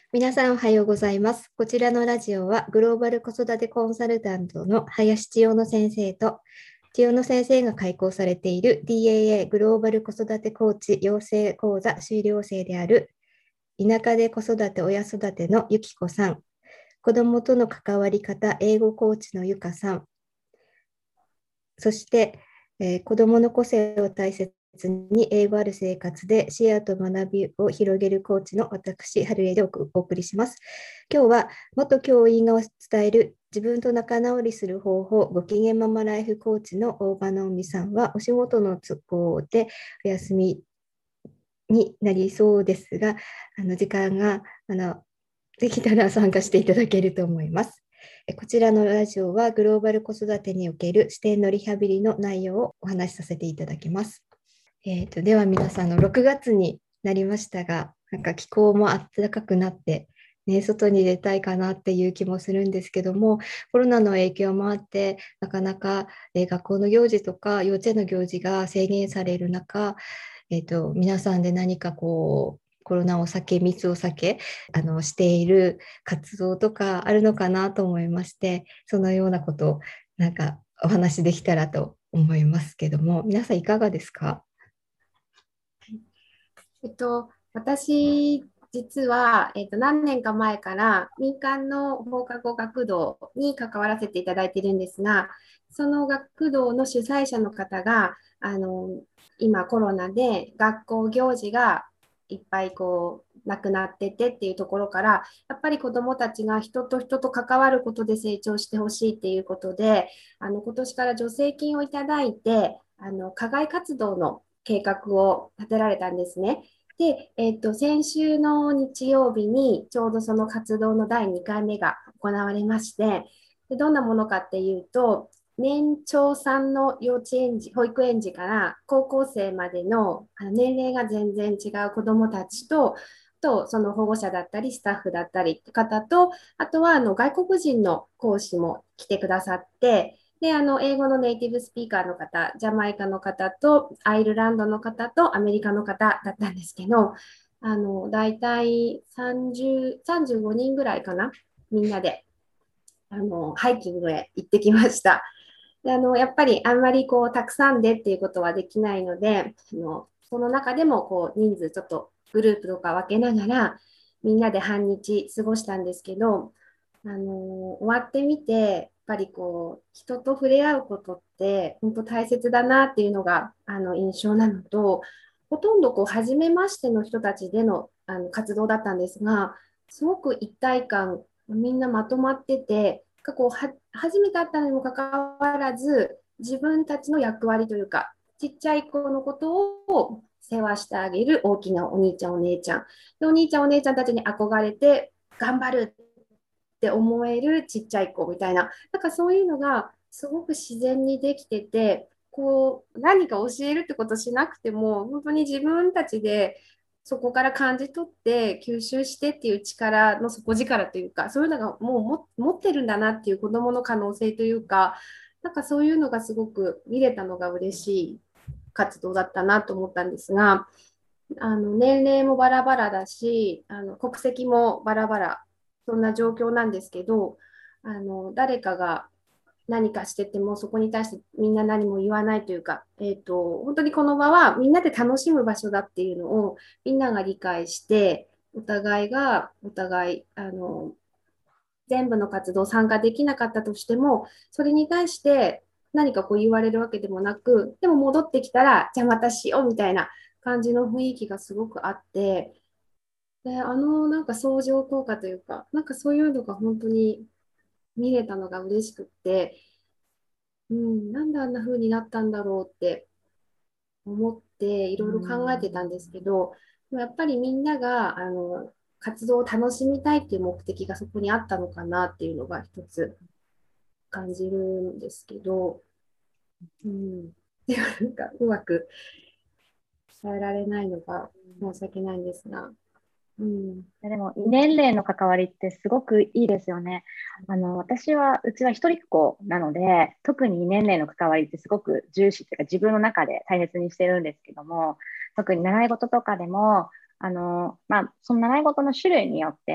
皆さんおはようございます。こちらのラジオはグローバル子育てコンサルタントの林千代乃先生と千代乃先生が開講されている DAA グローバル子育てコーチ養成講座修了生である田舎で子育て親育てのゆきこさん、子どもとの関わり方英語コーチのゆかさん、そして、子どもの個性を大切に英語ある生活でシェアと学びを広げるコーチの私、春江でお送りします。今日は元教員が伝える自分と仲直りする方法、ご機嫌ママライフコーチの大場直美さんはお仕事の都合でお休みになりそうですが、時間ができたら参加していただけると思います。こちらのラジオはグローバル子育てにおける視点のリハビリの内容をお話しさせていただきます。では皆さん6月になりましたが、なんか気候も暖かくなって、ね、外に出たいかなっていう気もするんですけども、コロナの影響もあって、なかなか、学校の行事とか幼稚園の行事が制限される中、皆さんで何かコロナを避け、密を避け、している活動とかあるのかなと思いまして、そのようなことをなんかお話できたらと思いますけども、皆さんいかがですか？ 私、実は、何年か前から民間の放課後学童に関わらせていただいているんですが、その学童の主催者の方が、今コロナで学校行事がいっぱいなくなっててっていうところから、やっぱり子どもたちが人と人と関わることで成長してほしいっていうことで、今年から助成金をいただいて、課外活動の計画を立てられたんですね。で、先週の日曜日にちょうどその活動の第2回目が行われまして、でどんなものかっていうと、年長さんの幼稚園児、保育園児から高校生までの年齢が全然違う子どもたちとその保護者だったりスタッフだったりって方と、あとは外国人の講師も来てくださって、で、英語のネイティブスピーカーの方、ジャマイカの方と、アイルランドの方と、アメリカの方だったんですけど、大体35人ぐらいかな、みんなで、ハイキングへ行ってきました。でやっぱりあんまりたくさんでっていうことはできないので、その中でも人数ちょっとグループとか分けながら、みんなで半日過ごしたんですけど、終わってみて、やっぱり人と触れ合うことって本当大切だなっていうのが印象なのと、ほとんど初めましての人たちでの、活動だったんですが、すごく一体感、みんなまとまってて、初めて会ったのにもかかわらず、自分たちの役割というか、ちっちゃい子のことを世話してあげる大きなお兄ちゃん、お姉ちゃん。で、お兄ちゃん、お姉ちゃんたちに憧れて、頑張るって思えるちっちゃい子みたいな、なんかそういうのがすごく自然にできてて、何か教えるってことしなくても、本当に自分たちでそこから感じ取って吸収してっていう力の底力というか、そういうのがもう持ってるんだなっていう子どもの可能性というか、なんかそういうのがすごく見れたのが嬉しい活動だったなと思ったんですが、年齢もバラバラだし、国籍もバラバラ、そんな状況なんですけど、誰かが何かしててもそこに対してみんな何も言わないというか、本当にこの場はみんなで楽しむ場所だっていうのをみんなが理解して、お互いがお互い全部の活動参加できなかったとしても、それに対して何か言われるわけでもなく、でも戻ってきたら、じゃあまたしようみたいな感じの雰囲気がすごくあって、で、なんか相乗効果というか、なんかそういうのが本当に見れたのが嬉しくって、なんであんな風になったんだろうって思っていろいろ考えてたんですけど、やっぱりみんなが活動を楽しみたいっていう目的がそこにあったのかなっていうのが一つ感じるんですけど、でもなんかうまく伝えられないのが申し訳ないんですが、うん、 でも、異年齢の関わりってすごくいいですよね。うちは一人っ子なので、特に異年齢の関わりってすごく重視というか、自分の中で大切にしてるんですけども、特に習い事とかでも、その習い事の種類によって、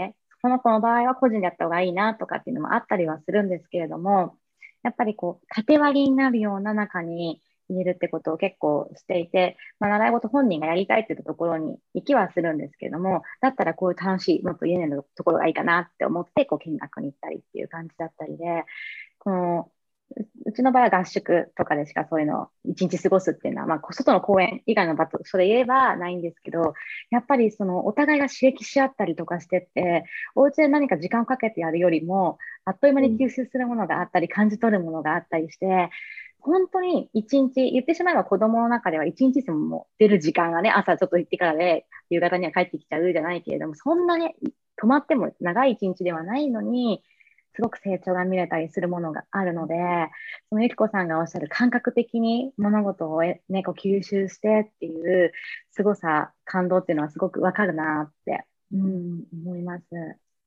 この子の場合は個人でやった方がいいなとかっていうのもあったりはするんですけれども、やっぱりこう、縦割りになるような中に入れるってことを結構していて、習い事本人がやりたいっていうところに行きはするんですけれども、だったらこういう楽しい、もっと家のところがいいかなって思って、こう見学に行ったりっていう感じだったりで、このうちの場合は合宿とかでしかそういうのを一日過ごすっていうのは、外の公園以外の場とそれ言えばないんですけど、やっぱりそのお互いが刺激し合ったりとかしてって、お家で何か時間をかけてやるよりも、あっという間に吸収するものがあったり、感じ取るものがあったりして、本当に一日、言ってしまえば子供の中では一日でも出る時間がね、朝ちょっと行ってからで、夕方には帰ってきちゃうじゃないけれども、そんなね、止まっても長い一日ではないのに、すごく成長が見れたりするものがあるので、そのゆきこさんがおっしゃる感覚的に物事を、ね、こう吸収してっていう凄さ、感動っていうのはすごくわかるなって、思います。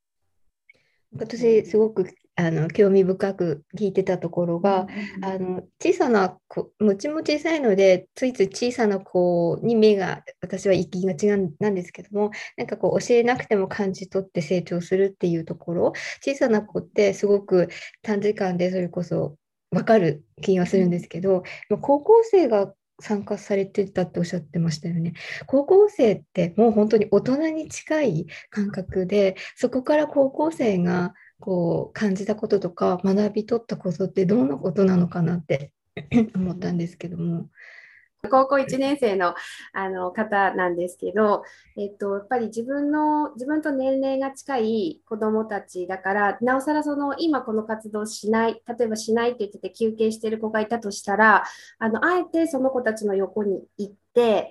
私、すごく興味深く聞いてたところが、小さな子、うちも小さいので、ついつい小さな子に目が、私は行きがちなんですけども、なんかこう教えなくても感じ取って成長するっていうところ、小さな子ってすごく短時間でそれこそ分かる気がするんですけど、高校生が参加されてたっておっしゃってましたよね。高校生ってもう本当に大人に近い感覚で、そこから高校生がこう感じたこととか学び取ったことってどんなことなのかなって思ったんですけども。 高校1年生の、方なんですけど、やっぱり自分と年齢が近い子どもたちだから、なおさら今この活動しない、例えばしないって言ってて休憩してる子がいたとしたら、あえてその子たちの横に行って、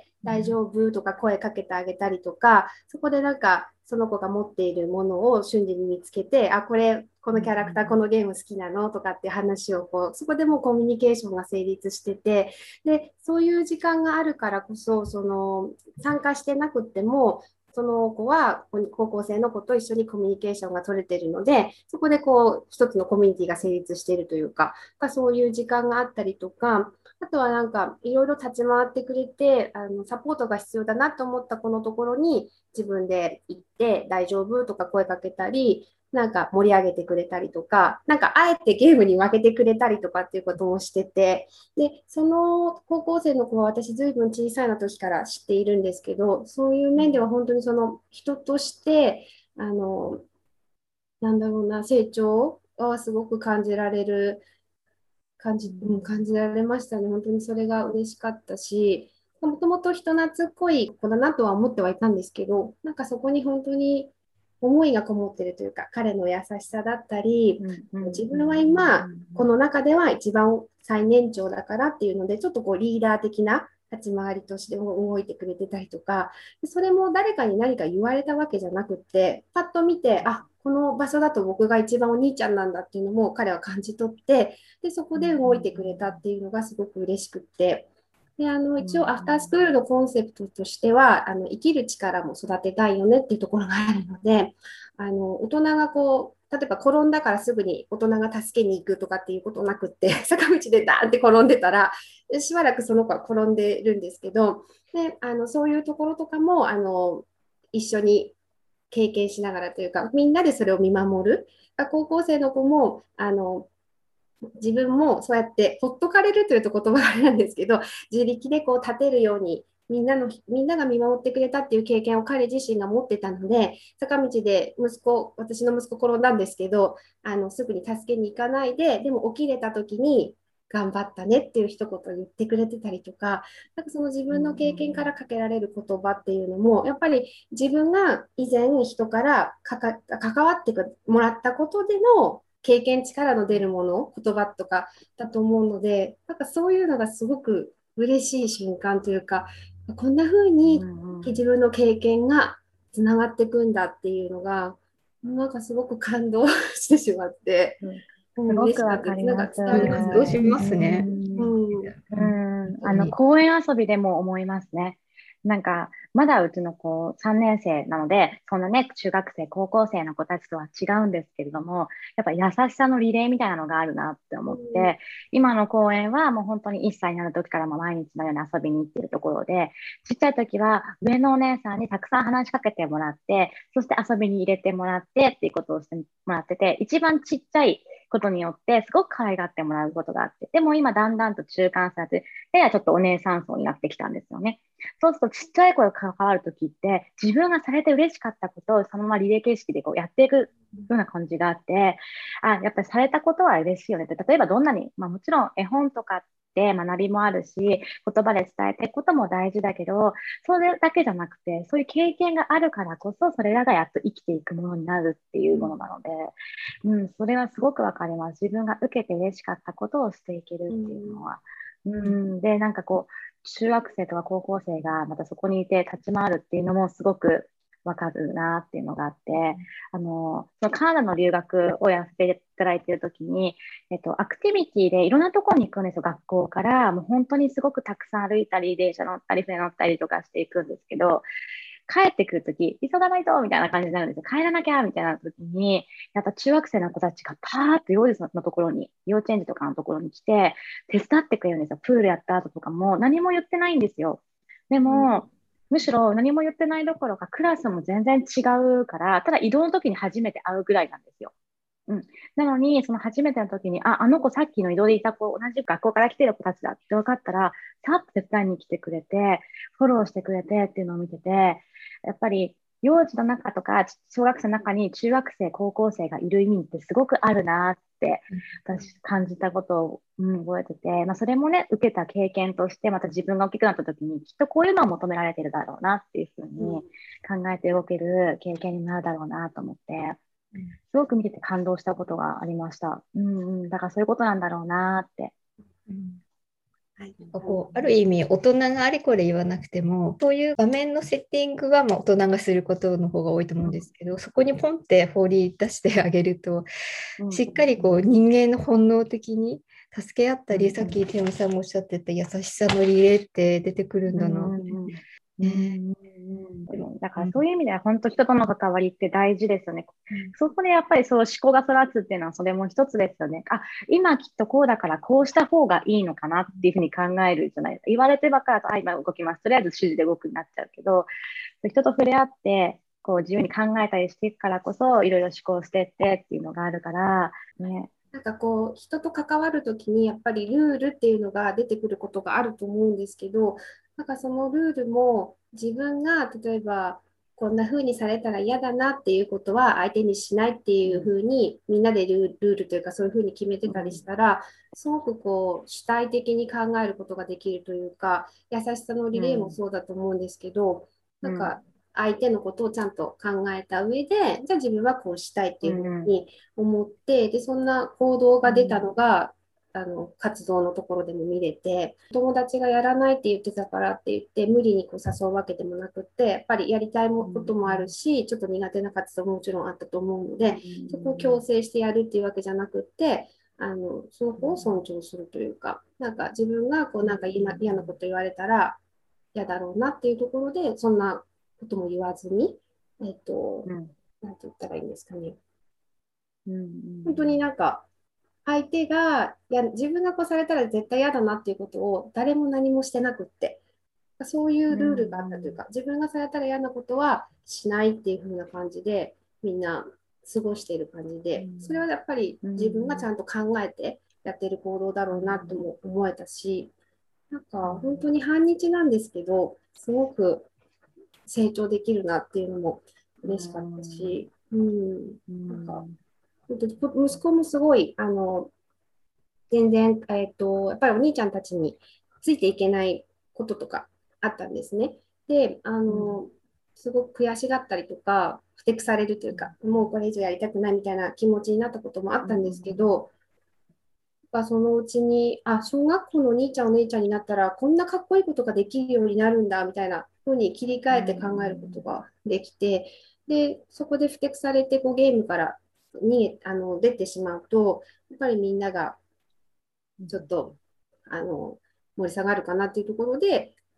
大丈夫とか声かけてあげたりとか、そこでなんかその子が持っているものを瞬時に見つけて、このキャラクター、このゲーム好きなのとかって話をそこでもうコミュニケーションが成立してて、でそういう時間があるからこそ、参加してなくても、その子は高校生の子と一緒にコミュニケーションが取れているので、そこで一つのコミュニティが成立しているというか、そういう時間があったりとか、あとはなんかいろいろ立ち回ってくれて、サポートが必要だなと思った子のところに自分で行って大丈夫とか声かけたり、なんか盛り上げてくれたりとか、なんかあえてゲームに分けてくれたりとかっていうこともしてて、で、その高校生の子は私ずいぶん小さいの時から知っているんですけど、そういう面では本当に人として、なんだろうな、成長はすごく感じられましたね。本当にそれが嬉しかったし、もともと人懐っこい子だなとは思ってはいたんですけど、なんかそこに本当に思いがこもってるというか、彼の優しさだったり、自分は今、この中では一番最年長だからっていうので、ちょっとリーダー的な立ち回りとして動いてくれてたりとか、それも誰かに何か言われたわけじゃなくって、パッと見て、この場所だと僕が一番お兄ちゃんなんだっていうのも彼は感じ取って、でそこで動いてくれたっていうのがすごく嬉しくって、で一応アフタースクールのコンセプトとしては生きる力も育てたいよねっていうところがあるので、大人が例えば転んだからすぐに大人が助けに行くとかっていうことなくって、坂道でダーンって転んでたらしばらくその子は転んでるんですけど、でそういうところとかも一緒に経験しながらというか、みんなでそれを見守る。高校生の子も自分もそうやってほっとかれるというと言葉があれなんですけど、自力で立てるようにみんなが見守ってくれたっていう経験を彼自身が持ってたので、坂道で私の息子転んだんですけど、すぐに助けに行かないで、でも起きれた時に頑張ったねっていう一言言ってくれてたりとか、なんかその自分の経験からかけられる言葉っていうのも、やっぱり自分が以前人から関わってもらったことでの経験値の出るもの、言葉とかだと思うので、なんかそういうのがすごく嬉しい瞬間というか、こんな風に自分の経験がつながっていくんだっていうのが、なんかすごく感動してしまって、 すごくわかります。 感動しますね。 公園遊びでも思いますね。なんかまだうちの子3年生なので、そんなね、中学生、高校生の子たちとは違うんですけれども、やっぱ優しさのリレーみたいなのがあるなって思って、今の公園はもう本当に1歳になる時からも毎日のように遊びに行っているところで、ちっちゃい時は上のお姉さんにたくさん話しかけてもらって、そして遊びに入れてもらってっていうことをしてもらってて、一番ちっちゃいことによってすごく可愛がってもらうことがあって、でも今だんだんと中間層で、ややちょっとお姉さん層になってきたんですよね。そうするとちっちゃい子が関わるときって、自分がされて嬉しかったことをそのままリレー形式でこうやっていくような感じがあって、やっぱりされたことは嬉しいよねって、例えばどんなに、もちろん絵本とかって学びもあるし、言葉で伝えていくことも大事だけど、それだけじゃなくて、そういう経験があるからこそ、それらがやっと生きていくものになるっていうものなので、それはすごくわかります。自分が受けて嬉しかったことをしていけるっていうのは。で、なんかこう、中学生とか高校生がまたそこにいて立ち回るっていうのもすごくわかるなっていうのがあって、そのカナダの留学をやらせていただいているときに、アクティビティでいろんなところに行くんですよ、学校から。もう本当にすごくたくさん歩いたり、電車乗ったり、船乗ったりとかしていくんですけど、帰ってくるとき、急がないとみたいな感じになるんですよ。帰らなきゃみたいなときに、やっぱ中学生の子たちがパーッと幼児のところに、幼稚園児とかのところに来て、手伝ってくれるんですよ。プールやった後とかも何も言ってないんですよ。でも、むしろ何も言ってないどころか、クラスも全然違うから、ただ移動の時に初めて会うぐらいなんですよ。なのに、その初めての時に、あの子さっきの移動でいた子、同じ学校から来てる子たちだって分かったら、さっと手伝いに来てくれて、フォローしてくれてっていうのを見てて、やっぱり幼児の中とか、小学生の中に中学生、高校生がいる意味ってすごくあるなって、私感じたことを、覚えてて、それもね、受けた経験として、また自分が大きくなった時に、きっとこういうのを求められてるだろうなっていうふうに考えて動ける経験になるだろうなと思って、すごく見てて感動したことがありました。だからそういうことなんだろうなって。 こうある意味大人があれこれ言わなくてもそういう場面のセッティングは大人がすることの方が多いと思うんですけど、そこにポンって放り出してあげると、しっかりこう人間の本能的に助け合ったり、さっき手山さんもおっしゃってた優しさのリレーって出てくるんだなって。 だからそういう意味では本当人との関わりって大事ですよね。そこでやっぱりそう思考が育つっていうのはそれも一つですよね。今きっとこうだからこうした方がいいのかなっていうふうに考えるじゃないですか。言われてばっかりだと、今動きます。とりあえず指示で動くになっちゃうけど、人と触れ合って、こう自由に考えたりしていくからこそ、いろいろ思考していってっていうのがあるから、ね。 なんかこう人と関わるときにやっぱりルールっていうのが出てくることがあると思うんですけど、なんかそのルールも自分が例えばこんな風にされたら嫌だなっていうことは相手にしないっていう風にみんなでルールというかそういう風に決めてたりしたら、すごくこう主体的に考えることができるというか、優しさのリレーもそうだと思うんですけど、なんか相手のことをちゃんと考えた上で、じゃあ自分はこうしたいっていうふうに思って、で、そんな行動が出たのが、活動のところでも見れて、友達がやらないって言ってたからって言って無理にこう誘うわけでもなくって、やっぱりやりたいこともあるし、ちょっと苦手な活動ももちろんあったと思うので、そこを強制してやるっていうわけじゃなくって、その子を尊重するというか、なんか自分がこうなんか嫌なこと言われたら嫌だろうなっていうところで、そんなことも言わずに、なんて言ったらいいんですかね。本当になんか、相手が自分がこうされたら絶対嫌だなっていうことを誰も何もしてなくって、そういうルールがあったというか、自分がされたら嫌なことはしないっていう風な感じで、みんな過ごしている感じで、それはやっぱり自分がちゃんと考えてやってる行動だろうなとも思えたし、なんか本当に半日なんですけど、すごく成長できるなっていうのも嬉しかったし、なんか息子もすごい全然、やっぱりお兄ちゃんたちについていけないこととかあったんですね。で、すごく悔しがったりとか、ふてくされるというか、もうこれ以上やりたくないみたいな気持ちになったこともあったんですけど、そのうちに、小学校のお兄ちゃんお姉ちゃんになったら、こんなかっこいいことができるようになるんだみたいなふうに切り替えて考えることができて、で、そこでふてくされてゲームから出てしまうと、やっぱりみんながちょっと盛り下がるかなっていうところで、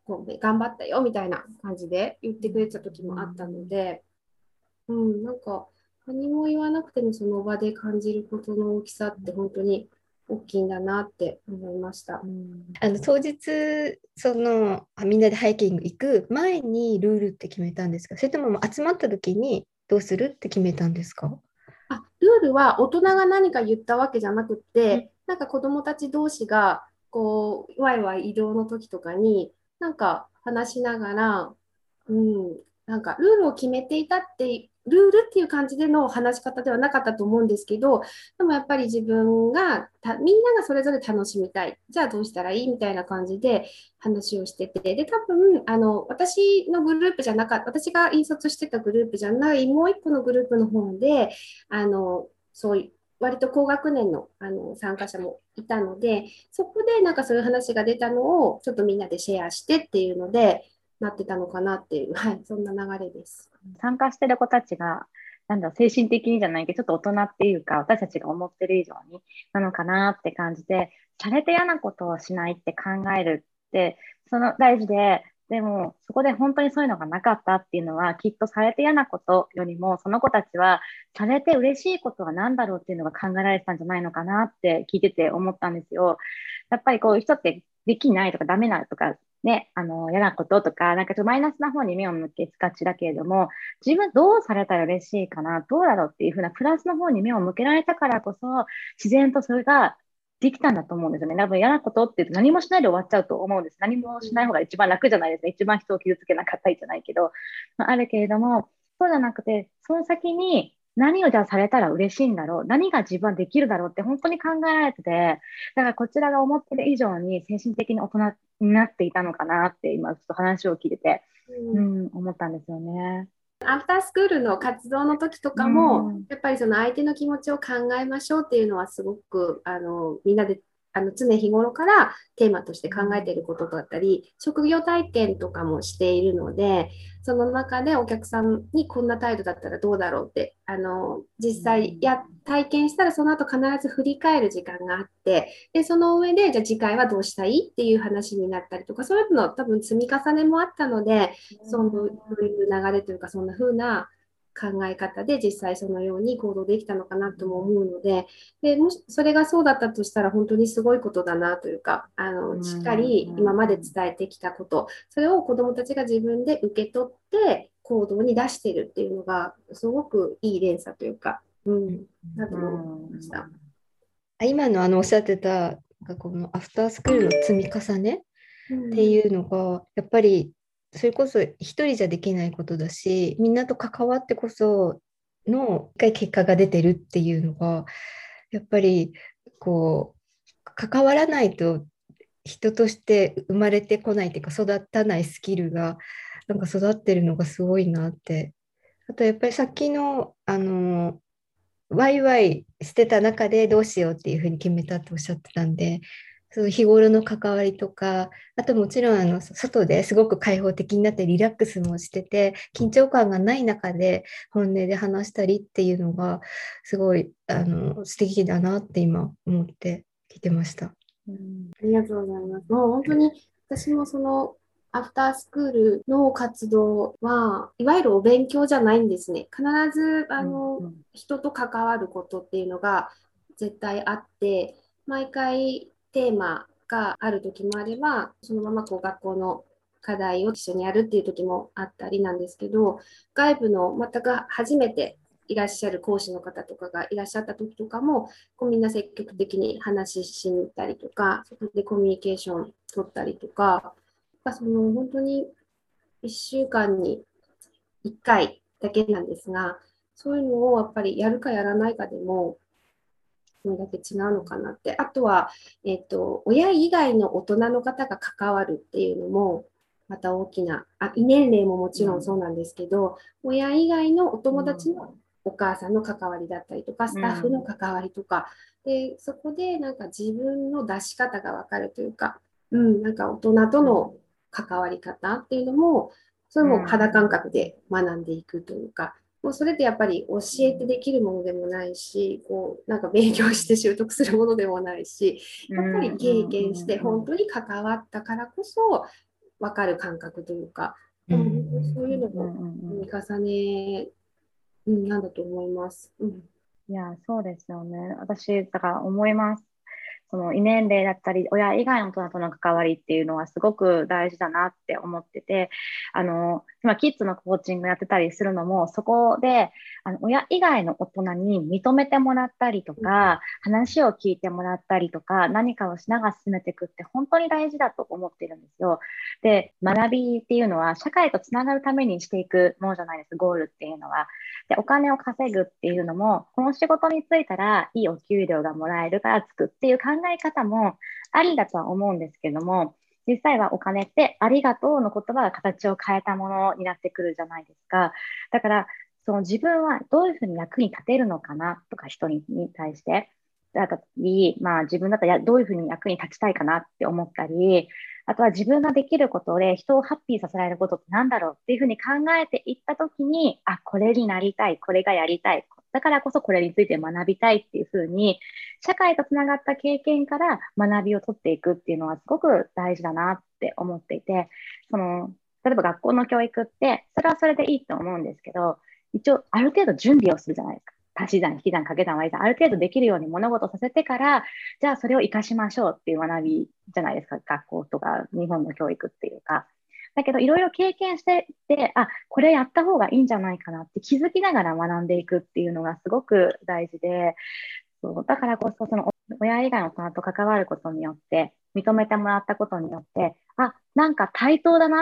こう頑張ったよみたいな感じで言ってくれた時もあったので、なんか何も言わなくてもその場で感じることの大きさって本当に大きいんだなって思いました。 当日みんなでハイキング行く前にルールって決めたんですか？それとももう集まった時にどうするって決めたんですか？ ルールは大人が何か言ったわけじゃなくて、なんか子どもたち同士がこうワイワイ移動の時とかになんか話しながら、なんかルールを決めていたってルールっていう感じでの話し方ではなかったと思うんですけど、でもやっぱり自分がみんながそれぞれ楽しみたい、じゃあどうしたらいいみたいな感じで話をしてて、で多分私のグループじゃなかった、私が引率してたグループじゃないもう一個のグループの方でそういう割と高学年の参加者もいたので、そこでなんかそういう話が出たのをちょっとみんなでシェアしてっていうのでなってたのかなっていう、そんな流れです。 参加してる子たちが精神的にじゃないけどちょっと大人っていうか私たちが思ってる以上になのかなって感じで、されて嫌なことをしないって考えるってその大事でもそこで本当にそういうのがなかったっていうのはきっとされて嫌なことよりもその子たちはされて嬉しいことは何だろうっていうのが考えられてたんじゃないのかなって聞いてて思ったんですよ。やっぱりこういう人ってできないとかダメなとかね、嫌なこととか、なんかちょっとマイナスな方に目を向けがちだけれども、自分どうされたら嬉しいかな、どうだろうっていうふうなプラスの方に目を向けられたからこそ、自然とそれができたんだと思うんですよね。多分嫌なことって何もしないで終わっちゃうと思うんです。何もしない方が一番楽じゃないですか。一番人を傷つけなかったりじゃないけど、あるけれども、そうじゃなくて、その先に何をじゃあされたら嬉しいんだろう、何が自分はできるだろうって本当に考えられてて、だからこちらが思ってる以上に精神的に大人になっていたのかなって今ちょっと話を聞いてて、思ったんですよね。 アフタースクールの活動の時とかも、やっぱりその相手の気持ちを考えましょうっていうのはすごくみんなで常日頃からテーマとして考えていることだったり、職業体験とかもしているので、その中でお客さんにこんな態度だったらどうだろうって実際体験したらその後必ず振り返る時間があって、でその上でじゃあ次回はどうしたいっていう話になったりとか、そういうの多分積み重ねもあったので、そういう流れというかそんな風な考え方で実際そのように行動できたのかなとも思うので、もしそれがそうだったとしたら本当にすごいことだなというか、しっかり今まで伝えてきたこと、それを子どもたちが自分で受け取って行動に出しているっていうのがすごくいい連鎖というか、だと思いました。 今のおっしゃってたこのアフタースクールの積み重ねっていうのがやっぱりそれこそ一人じゃできないことだし、みんなと関わってこその一回結果が出てるっていうのがやっぱりこう関わらないと人として生まれてこないっていうか育たないスキルがなんか育ってるのがすごいなって。あとやっぱりさっきのワイワイしてた中でどうしようっていうふうに決めたっておっしゃってたんで、その日頃の関わりとか、あともちろん外ですごく開放的になってリラックスもしてて、緊張感がない中で本音で話したりっていうのが、すごい素敵だなって今思って聞いてました。 ありがとうございます。もう本当に私もそのアフタースクールの活動はいわゆるお勉強じゃないんですね。必ず人と関わることっていうのが絶対あって、毎回テーマがある時もあれば、そのままこう学校の課題を一緒にやるっていう時もあったりなんですけど、外部の全く初めていらっしゃる講師の方とかがいらっしゃった時とかも、みんな積極的に話しに行ったりとか、そこでコミュニケーション取ったりとか、その本当に1週間に1回だけなんですが、そういうのをやっぱりやるかやらないかでも、それだけ違うのかなって。あとは、親以外の大人の方が関わるっていうのも、また大きな、異年齢ももちろんそうなんですけど、親以外のお友達のお母さんの関わりだったりとか、スタッフの関わりとか、でそこでなんか自分の出し方が分かるというか、なんか大人との関わり方っていうのも、それも肌感覚で学んでいくというか、もうそれってやっぱり教えてできるものでもないし、なんか勉強して習得するものでもないし、やっぱり経験して本当に関わったからこそ分かる感覚というか、 ううん、 ん。 そういうのうんをうんうん。 積み重ね、なんだと思います。 いや、そうですよね。私、だから思います。その異年齢だったり、親以外の大人との関わりっていうのはすごく大事だなって思ってて、今、キッズのコーチングやってたりするのも、そこで、親以外の大人に認めてもらったりとか、話を聞いてもらったりとか、何かをしながら進めていくって本当に大事だと思ってるんですよ。で、学びっていうのは、社会とつながるためにしていくものじゃないです、ゴールっていうのは。で、お金を稼ぐっていうのも、この仕事に就いたらいいお給料がもらえるからつくっていう考え方もありだとは思うんですけども、実際はお金ってありがとうの言葉が形を変えたものになってくるじゃないですか。だから、その自分はどういうふうに役に立てるのかなとか人に対して。だったり、まあ自分だったらどういうふうに役に立ちたいかなって思ったり、あとは自分ができることで人をハッピーさせられることってなんだろうっていうふうに考えていったときに、あ、これになりたい、これがやりたい、だからこそこれについて学びたいっていうふうに、社会とつながった経験から学びを取っていくっていうのはすごく大事だなって思っていて、例えば学校の教育って、それはそれでいいと思うんですけど、一応ある程度準備をするじゃないですか。足し算、引き算、掛け算、割り算、ある程度できるように物事をさせてから、じゃあそれを活かしましょうっていう学びじゃないですか、学校とか日本の教育っていうか。だけど、いろいろ経験してって、あ、これやった方がいいんじゃないかなって気づきながら学んでいくっていうのがすごく大事で、そうだからこそ、その親以外の大人と関わることによって、認めてもらったことによって、あ、なんか対等だなって、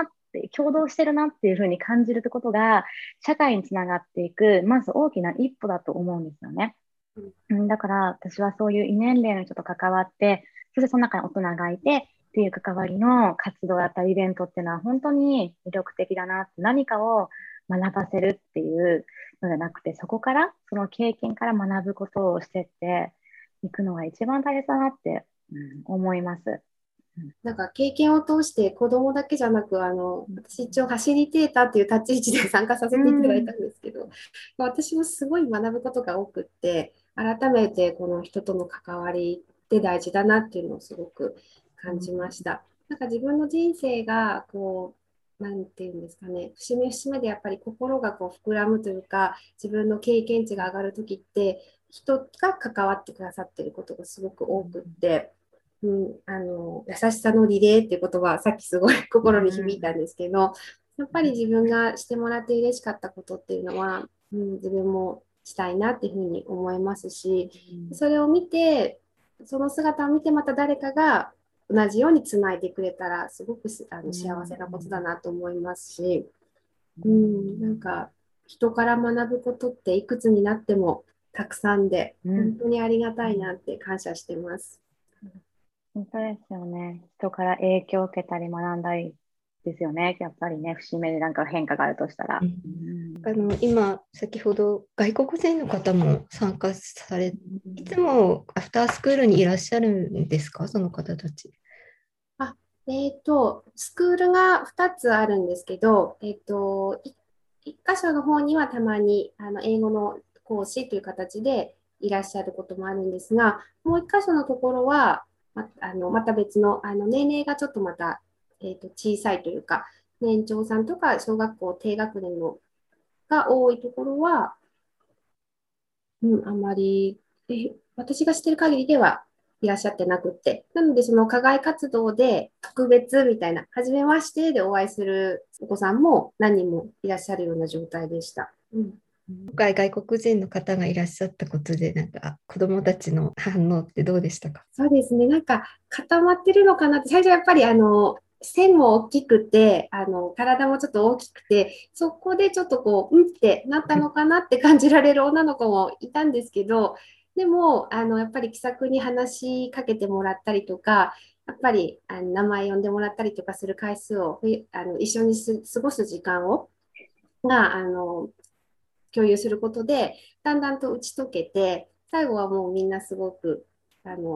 共同してるなっていうふうに感じることが、社会につながっていく、まず大きな一歩だと思うんですよね。だから私はそういう異年齢の人と関わって、そしてその中に大人がいてっていう関わりの活動だったりイベントっていうのは本当に魅力的だなって、何かを学ばせるっていうのじゃなくて、そこからその経験から学ぶことをしてっていくのが一番大切だなって、思います。 なんか経験を通して子どもだけじゃなく私一応ファシリテーターっていう立ち位置で参加させていただいたんですけど、私もすごい学ぶことが多くって改めてこの人との関わりって大事だなっていうのをすごく感じました。なんか自分の人生がこうなんていうんですかね、節目節目でやっぱり心がこう膨らむというか自分の経験値が上がるときって人が関わってくださっていることがすごく多くって。優しさのリレーっていう言葉はさっきすごい心に響いたんですけど、やっぱり自分がしてもらって嬉しかったことっていうのは、自分もしたいなっていうふうに思いますし、それを見て、その姿を見てまた誰かが同じようにつないでくれたらすごく幸せなことだなと思いますし、なんか人から学ぶことっていくつになってもたくさんで、本当にありがたいなって感謝してます。 本当ですよね。人から影響を受けたり学んだりですよね。やっぱりね、節目でなんか変化があるとしたら。 今、先ほど外国人の方も参加され、いつもアフタースクールにいらっしゃるんですか、その方たち。 スクールが2つあるんですけど、1箇所の方にはたまに英語の講師という形でいらっしゃることもあるんですが、もう1箇所のところはまた別の年齢がちょっとまた、小さいというか、年長さんとか小学校低学年のが多いところは、あんまり、私が知ってる限りではいらっしゃってなくて、なのでその課外活動で特別みたいな、初めましてでお会いするお子さんも何人もいらっしゃるような状態でした。 今回外国人の方がいらっしゃったことで、なんか子どもたちの反応ってどうでしたか？ そうですね、なんか固まってるのかなって、最初やっぱり線も大きくて、体もちょっと大きくて、そこでちょっとこう、ってなったのかなって感じられる女の子もいたんですけど、でも、やっぱり気さくに話しかけてもらったりとか、やっぱり名前呼んでもらったりとかする回数を一緒に過ごす時間が共有することで、だんだんと打ち解けて、最後はもうみんなすごく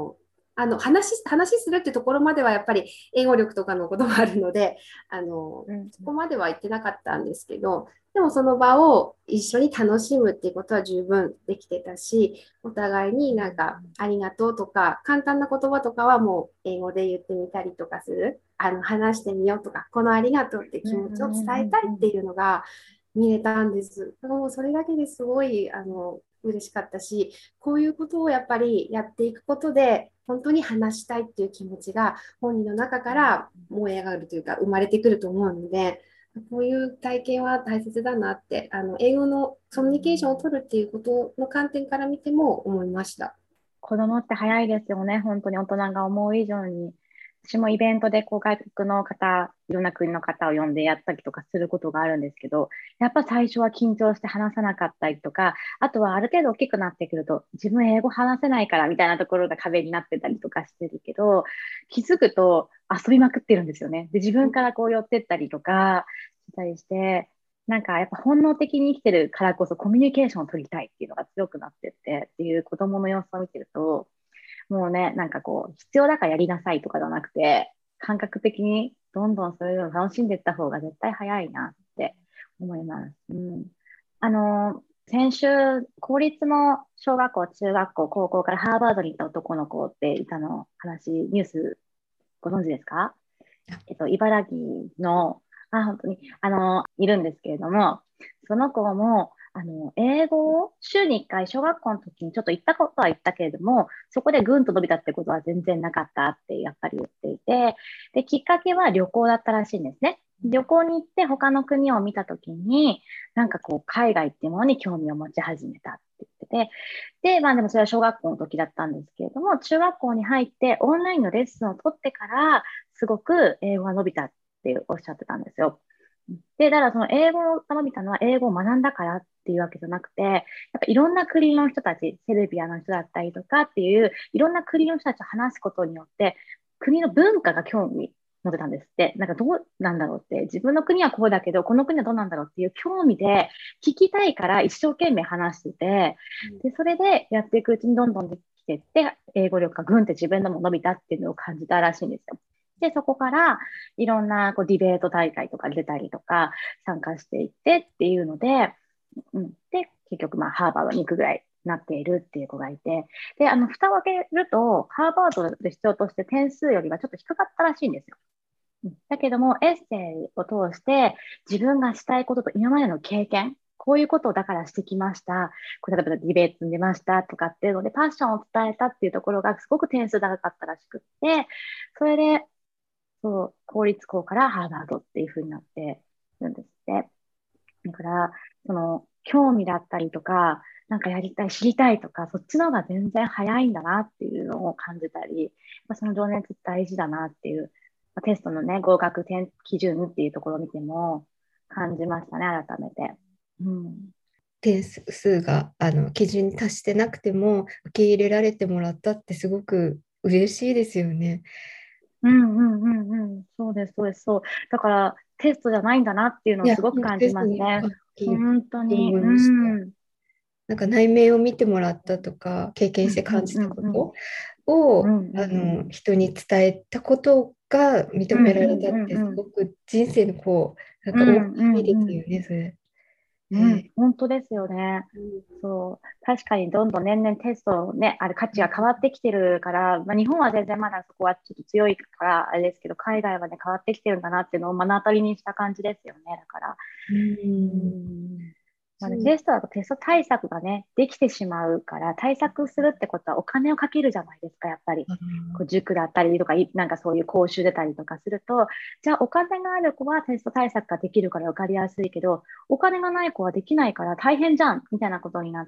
話するってところまではやっぱり英語力とかのこともあるので、そこまでは言ってなかったんですけど、でもその場を一緒に楽しむっていうことは十分できてたし、お互いになんかありがとうとか、簡単な言葉とかはもう英語で言ってみたりとかする、話してみようとか、このありがとうって気持ちを伝えたいっていうのが見れたんです。もうそれだけですごい嬉しかったし、こういうことをやっぱりやっていくことで、本当に話したいっていう気持ちが本人の中から燃え上がるというか、生まれてくると思うので、こういう体験は大切だなって、英語のコミュニケーションを取るっていうことの観点から見ても思いました。 子供って早いですよね。本当に大人が思う以上に。私もイベントで外国の方、いろんな国の方を呼んでやったりとかすることがあるんですけど、やっぱ最初は緊張して話さなかったりとか、あとはある程度大きくなってくると、自分英語話せないからみたいなところが壁になってたりとかしてるけど、気づくと遊びまくってるんですよね。で、自分からこう寄ってったりとかしたりして、なんかやっぱ本能的に生きてるからこそコミュニケーションを取りたいっていうのが強くなってってっていう子供の様子を見てると、もうね、なんかこう、必要だからやりなさいとかじゃなくて、感覚的にどんどんそういうのを楽しんでいった方が絶対早いなって思います。うん、先週、公立の小学校、中学校、高校からハーバードに行った男の子っていたの話、ニュースご存知ですか？茨城の、本当に、いるんですけれども、その子も、英語を週に1回、小学校の時にちょっと行ったことは言ったけれども、そこでぐんと伸びたってことは全然なかったってやっぱり言っていて、で、きっかけは旅行だったらしいんですね。旅行に行って他の国を見た時に、なんかこう、海外っていうものに興味を持ち始めたって言ってて、で、まあでもそれは小学校の時だったんですけれども、中学校に入ってオンラインのレッスンを取ってから、すごく英語が伸びたっておっしゃってたんですよ。で、だからその英語が伸びたのは英語を学んだからっていうわけじゃなくて、やっぱいろんな国の人たち、セルビアの人だったりとかっていう、いろんな国の人たちと話すことによって、国の文化が興味持てたんですって。なんかどうなんだろうって、自分の国はこうだけど、この国はどうなんだろうっていう興味で聞きたいから一生懸命話してて、で、それでやっていくうちにどんどんできていって、英語力がぐんって自分でも伸びたっていうのを感じたらしいんですよ。で、そこからいろんなこうディベート大会とか出たりとか参加していってっていうので、で、結局まあハーバードに行くぐらいなっているっていう子がいて、で、蓋を開けると、ハーバードで必要として点数よりはちょっと低かったらしいんですよ。だけども、エッセイを通して、自分がしたいことと今までの経験、こういうことをだからしてきました。これ例えばディベートに出ましたとかっていうので、パッションを伝えたっていうところがすごく点数高かったらしくって、それで、そう、公立校からハーバードっていう風になってるんですって。だから、その、興味だったりとか、なんかやりたい、知りたいとか、そっちの方が全然早いんだなっていうのを感じたり、その情熱大事だなっていう、テストのね、合格点基準っていうところを見ても感じましたね、改めて。うん、 点数が基準に達してなくても受け入れられてもらったってすごく嬉しいですよね。 うんうんうんうん。そうです、そうです、そう。だから、テストじゃないんだなっていうのいや、 をすごく本当感じですね。 ますね。 大きい本当に。 と思いうました。 ん。 なんか内面を見てもらったとか、経験して感じうんうんうたことんうん。うをんうんうん。 人に伝えたことが認うんめられうんたって、すうんうん。 ごく人生のこう、なんうか大んうんきいでうん。 すよね、それ。 うん、本当ですよね。 うん、 そう。確かにどんどん年々テストね、あれ価値が変わってきてるから、まあ、日本は全然まだそこはちょっと強いからあれですけど、海外はね、変わってきてるんだなっていうのを目の当たりにした感じですよね。だから。 ううん。 ん。まあね、 そうテストだとテスト対策がね、できてしまうから、対策するってことはお金をかけるじゃないですか、やっぱり。 かな。 こう塾だったりとか、なんかそういう講習出たりとかすると、じゃあお金がある子はテスト対策ができるから受かりやすいけど、お金がない子はできないから大変じゃんみたいなことになって、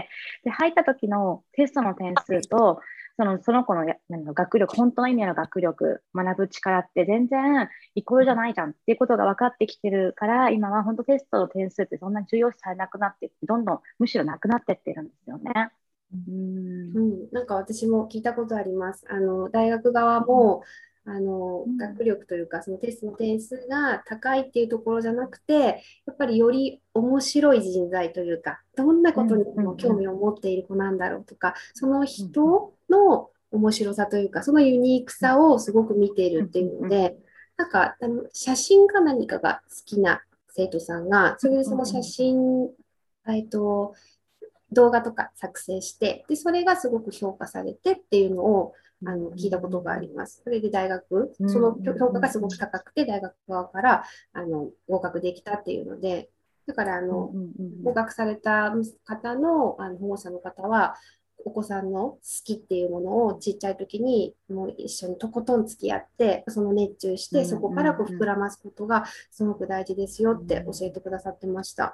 で、入った時のテストの点数と、その子のなんか学力、本当の意味での学力、学ぶ力って全然イコールじゃないじゃんっていうことが分かってきてるから、今は本当テストの点数ってそんなに重要視されなくなってどんどんむしろなくなってってるんですよね。うん。 なんか私も聞いたことあります。大学側もうん。 学力というかそのテストの点数が高いっていうところじゃなくて、やっぱりより面白い人材というか、どんなことにうん。うん。うん。 も興味を持っている子なんだろうとか、そのうん。 人の面白さというか、そのユニークさをすごく見ているっていうので、なんか写真か何かが好きな生徒さんが、それでその写真、動画とか作成して、で、それがすごく評価されてっていうのを聞いたことがあります。それで大学、その評価がすごく高くて、大学側から合格できたっていうので、だから合格された方の、保護者の方は、お子さんの好きっていうものをちっちゃい時にもう一緒にとことん付き合って、その熱中して、そこからこう膨らますことがすごく大事ですよって教えてくださってました。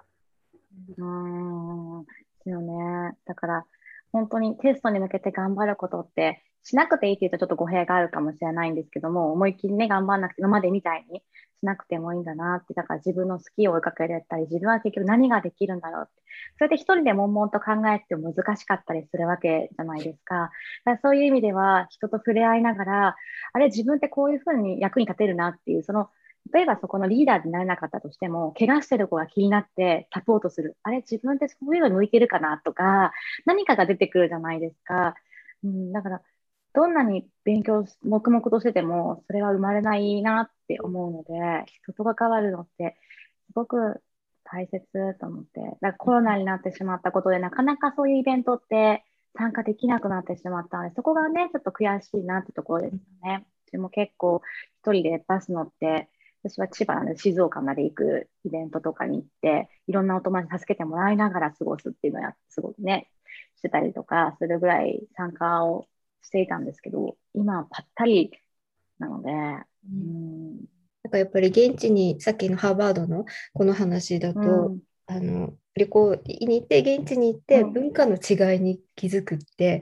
ですよね。だから、本当にテストに向けて頑張ることって、しなくていいって言うとちょっと語弊があるかもしれないんですけども、思いっきりね、頑張らなくて、今までみたいにしなくてもいいんだなって、だから自分の好きを追いかけられたり、自分は結局何ができるんだろうって、それで一人で悶々と考えても難しかったりするわけじゃないですか。だからそういう意味では、人と触れ合いながら、あれ、自分ってこういうふうに役に立てるなっていう、例えばそこのリーダーになれなかったとしても、怪我してる子が気になってサポートする。あれ、自分ってそういうの向いてるかなとか、何かが出てくるじゃないですか。だから、どんなに勉強、黙々としてても、それは生まれないなって思うので、人と関わるのって、すごく大切と思って。だからコロナになってしまったことで、なかなかそういうイベントって参加できなくなってしまったので、そこがね、ちょっと悔しいなってところですよね。でも結構、一人でバス乗って、私は千葉なので静岡まで行くイベントとかに行って、いろんなお友達に助けてもらいながら過ごすっていうのをすごくね、してたりとかするぐらい参加をしていたんですけど、今はぱったりなので、 なんかやっぱり現地に、さっきのハーバードのこの話だと、旅行に行って、現地に行って文化の違いに気づくって、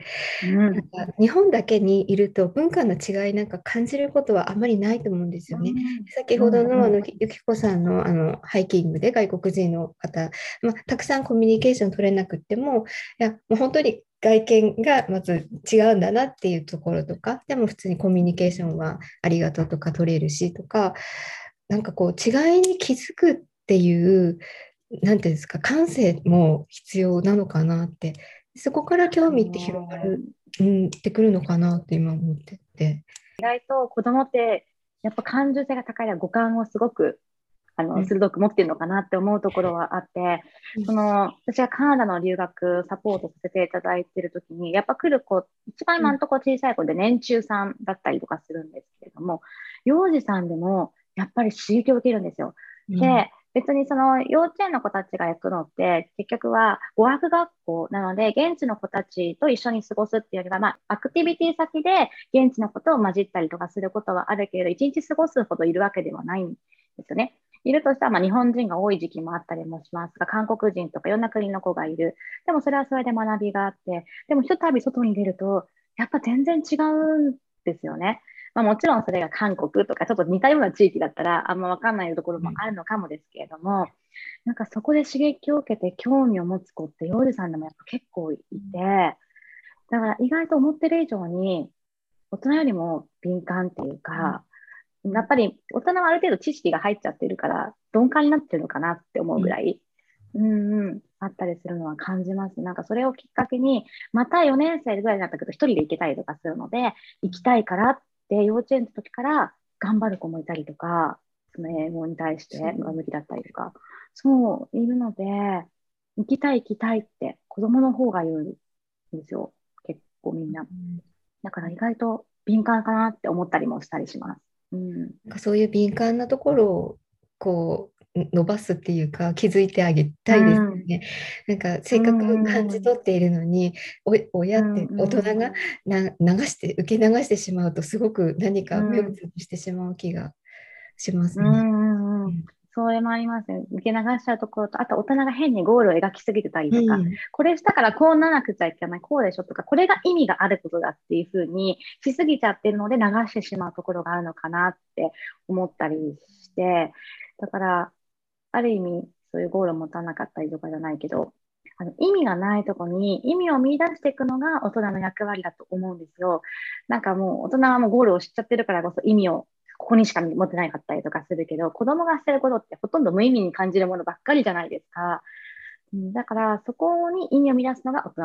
なんか日本だけにいると文化の違いなんか感じることはあまりないと思うんですよね。先ほどのゆきこさんのハイキングで外国人の方、たくさんコミュニケーション取れなくても、いやもう本当に外見がまず違うんだなっていうところとか、でも普通にコミュニケーションはありがとうとか取れるしとか、なんかこう違いに気づくっていう、なんていうんですか、感性も必要なのかなって、そこから興味って広がる、ってくるのかなって今思ってて。 意外と子供ってやっぱ感受性が高い五感をすごく鋭く持ってるのかなって思うところはあって、私がカナダの留学サポートさせていただいているときに、やっぱ来る子、一番今のところ小さい子で年中さんだったりとかするんですけれども、幼児さんでもやっぱり刺激を受けるんですよ。で、別にその幼稚園の子たちが行くのって結局は語学学校なので現地の子たちと一緒に過ごすっていうよりは、アクティビティ先で現地のことを混じったりとかすることはあるけれど、一日過ごすほどいるわけではないんですよね。いるとしたら、日本人が多い時期もあったりもしますが、韓国人とかいろんな国の子がいる。でもそれはそれで学びがあって、でもひとたび外に出ると、やっぱ全然違うんですよね。もちろんそれが韓国とかちょっと似たような地域だったらあんま分かんないところもあるのかもですけれども、なんかそこで刺激を受けて興味を持つ子って幼児さんでもやっぱ結構いて、だから意外と思ってる以上に大人よりも敏感っていうか、やっぱり大人はある程度知識が入っちゃってるから鈍感になってるのかなって思うぐらい、あったりするのは感じます。なんかそれをきっかけにまた4年生ぐらいになったけど一人で行けたりとかするので、行きたいからって幼稚園の時から頑張る子もいたりとか、その英語に対して上向きだったりとか、そういるので、行きたい行きたいって子供の方が言うんですよ、結構みんな。だから意外と敏感かなって思ったりもしたりします。 なんかそういう敏感なところをこう伸ばすっていうか気づいてあげたいですよね。なんかせっかく感じ取っているのに、親って大人が受け流してしまうとすごく何か目をつぶしてしまう気がしますね。 それもありますね。受け流しちゃうところと、あと大人が変にゴールを描きすぎてたりとか、これしたからこうならなくちゃいけない、こうでしょとか、これが意味があることだっていうふうにしすぎちゃってるので流してしまうところがあるのかなって思ったりして、だから、ある意味、そういうゴールを持たなかったりとかじゃないけど、意味がないところに意味を見出していくのが大人の役割だと思うんですよ。なんかもう大人はもうゴールを知っちゃってるからこそ意味をここにしか持ってなかったりとかするけど、子供がしてることってほとんど無意味に感じるものばっかりじゃないですか。だからそこに意味を見出すのが大人の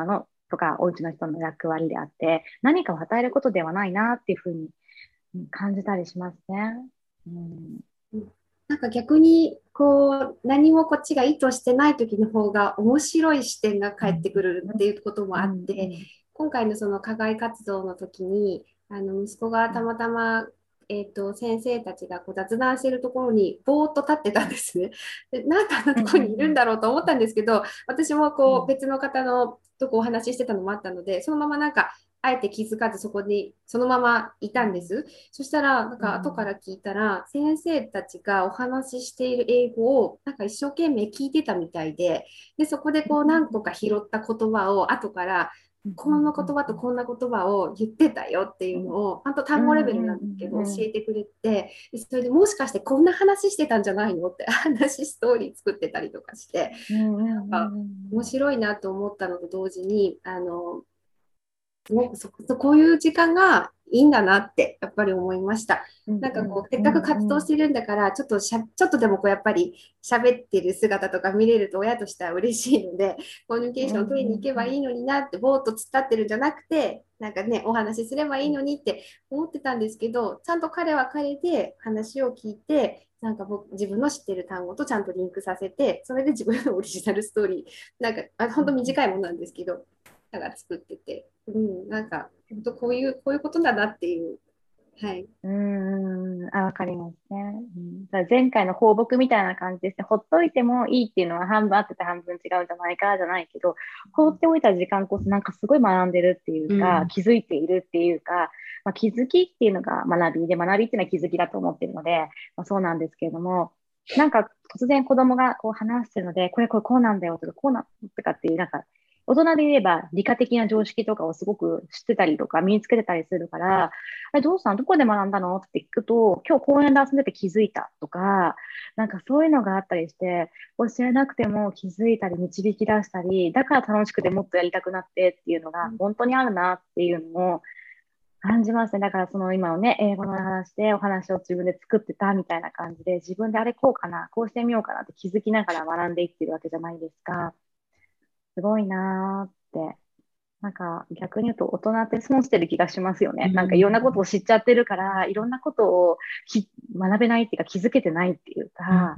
とかお家の人の役割であって、何かを与えることではないなっていうふうに感じたりしますね。 なんか逆にこう何もこっちが意図してない時の方が面白い視点が返ってくるっていうこともあって、今回のその課外活動の時に息子がたまたま、先生たちがこう雑談してるところにぼーっと立ってたんですね。で、なんであんなところにいるんだろうと思ったんですけど、私もこう別の方のとこお話ししてたのもあったので、そのままなんかあえて気づかずそこにそのままいたんです。そしたら、なんか後から聞いたら、先生たちがお話ししている英語をなんか一生懸命聞いてたみたいで、そこでこう何個か拾った言葉を後からこんな言葉とこんな言葉を言ってたよっていうのを、本当単語レベルなんですけど、教えてくれて、それでもしかしてこんな話してたんじゃないのって話、ストーリー作ってたりとかして、なんか面白いなと思ったのと同時に、すごくこういう時間がいいんだなってやっぱり思いました。なんかこうせっかく活動してるんだからちょっとでもこうやっぱり喋ってる姿とか見れると親としては嬉しいので、コミュニケーションを取りに行けばいいのになってぼーっと突っ立ってるんじゃなくて、なんかねお話しすればいいのにって思ってたんですけど、ちゃんと彼は彼で話を聞いて、なんか自分の知ってる単語とちゃんとリンクさせて、それで自分のオリジナルストーリー、なんか本当短いものなんですけど、が作ってて、なんか本当こういうことだなっていう。はい。 わかりますね。前回の放牧みたいな感じですね。ほっといてもいいっていうのは半分あってて半分違うんじゃないかじゃないけど、放っておいた時間こそなんかすごい学んでるっていうか、気づいているっていうか、気づきっていうのが学びで、学びっていうのは気づきだと思ってるので、そうなんですけれども、なんか突然子供がこう話してるので、これこうなんだよとか、こうなんとかっていう、なんか大人で言えば理科的な常識とかをすごく知ってたりとか身につけてたりするから、どうしたのどこで学んだのって聞くと、今日公園で遊んでて気づいたとか、なんかそういうのがあったりして、教えなくても気づいたり導き出したり、だから楽しくてもっとやりたくなってっていうのが本当にあるなっていうのを感じますね。だからその今のね、英語の話でお話を自分で作ってたみたいな感じで、自分であれこうかな、こうしてみようかなって気づきながら学んでいってるわけじゃないですか。すごいなーって。なんか逆に言うと大人って損してる気がしますよね。なんかいろんなことを知っちゃってるから、いろんなことを学べないっていうか気づけてないっていうか、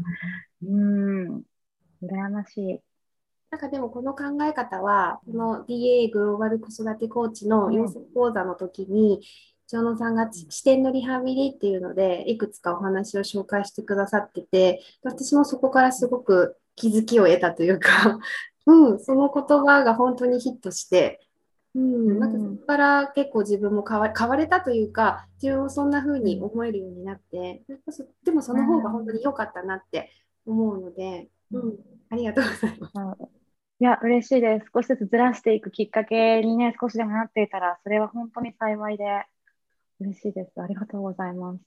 羨ましい。 なんかでもこの考え方は、この DA グローバル子育てコーチの養成講座の時に、長野さんが視点のリハビリっていうので、いくつかお話を紹介してくださってて、私もそこからすごく気づきを得たというか、その言葉が本当にヒットして、なんかそこから結構自分も変われたというか、自分もそんな風に思えるようになって、でもその方が本当に良かったなって思うので、ありがとうございます。 いや、嬉しいです。少しずつずらしていくきっかけにね、少しでもなっていたら、それは本当に幸いで、嬉しいです。ありがとうございます。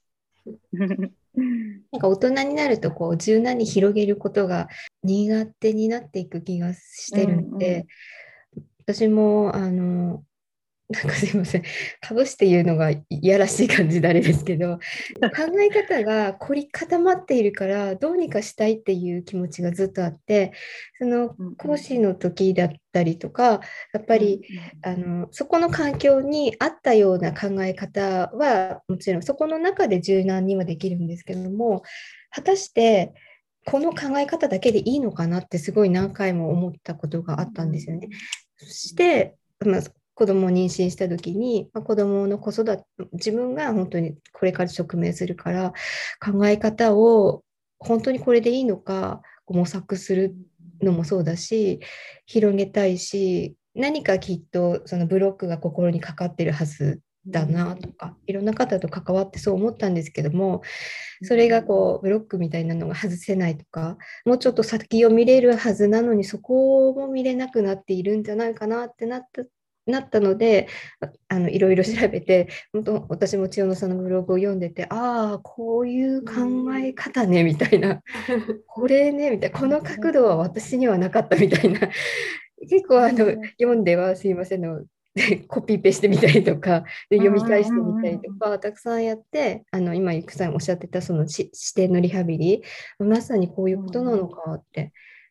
なんか大人になるとこう柔軟に広げることが苦手になっていく気がしてるので、私もなんかすいません、かぶして言うのがいやらしい感じであれですけど、考え方が凝り固まっているからどうにかしたいっていう気持ちがずっとあって、その講師の時だったりとか、やっぱりそこの環境に合ったような考え方はもちろんそこの中で柔軟にはできるんですけども、果たしてこの考え方だけでいいのかなってすごい何回も思ったことがあったんですよね。そして、子供を妊娠した時に、子供の子育て、自分が本当にこれから直面するから考え方を本当にこれでいいのか模索するのもそうだし、広げたいし、何かきっとそのブロックが心にかかってるはずだなとか、いろんな方と関わってそう思ったんですけども、それがこうブロックみたいなのが外せないとか、もうちょっと先を見れるはずなのにそこも見れなくなっているんじゃないかなってなったので、いろいろ調べて、本当私も千代野さんのブログを読んでて、ああこういう考え方ねみたいな、これねみたいな、この角度は私にはなかったみたいな、結構読んではすいませんのコピペしてみたりとかで読み返してみたりとかたくさんやって、今ゆくさんおっしゃってたその視点のリハビリ、まさにこういうことなのかって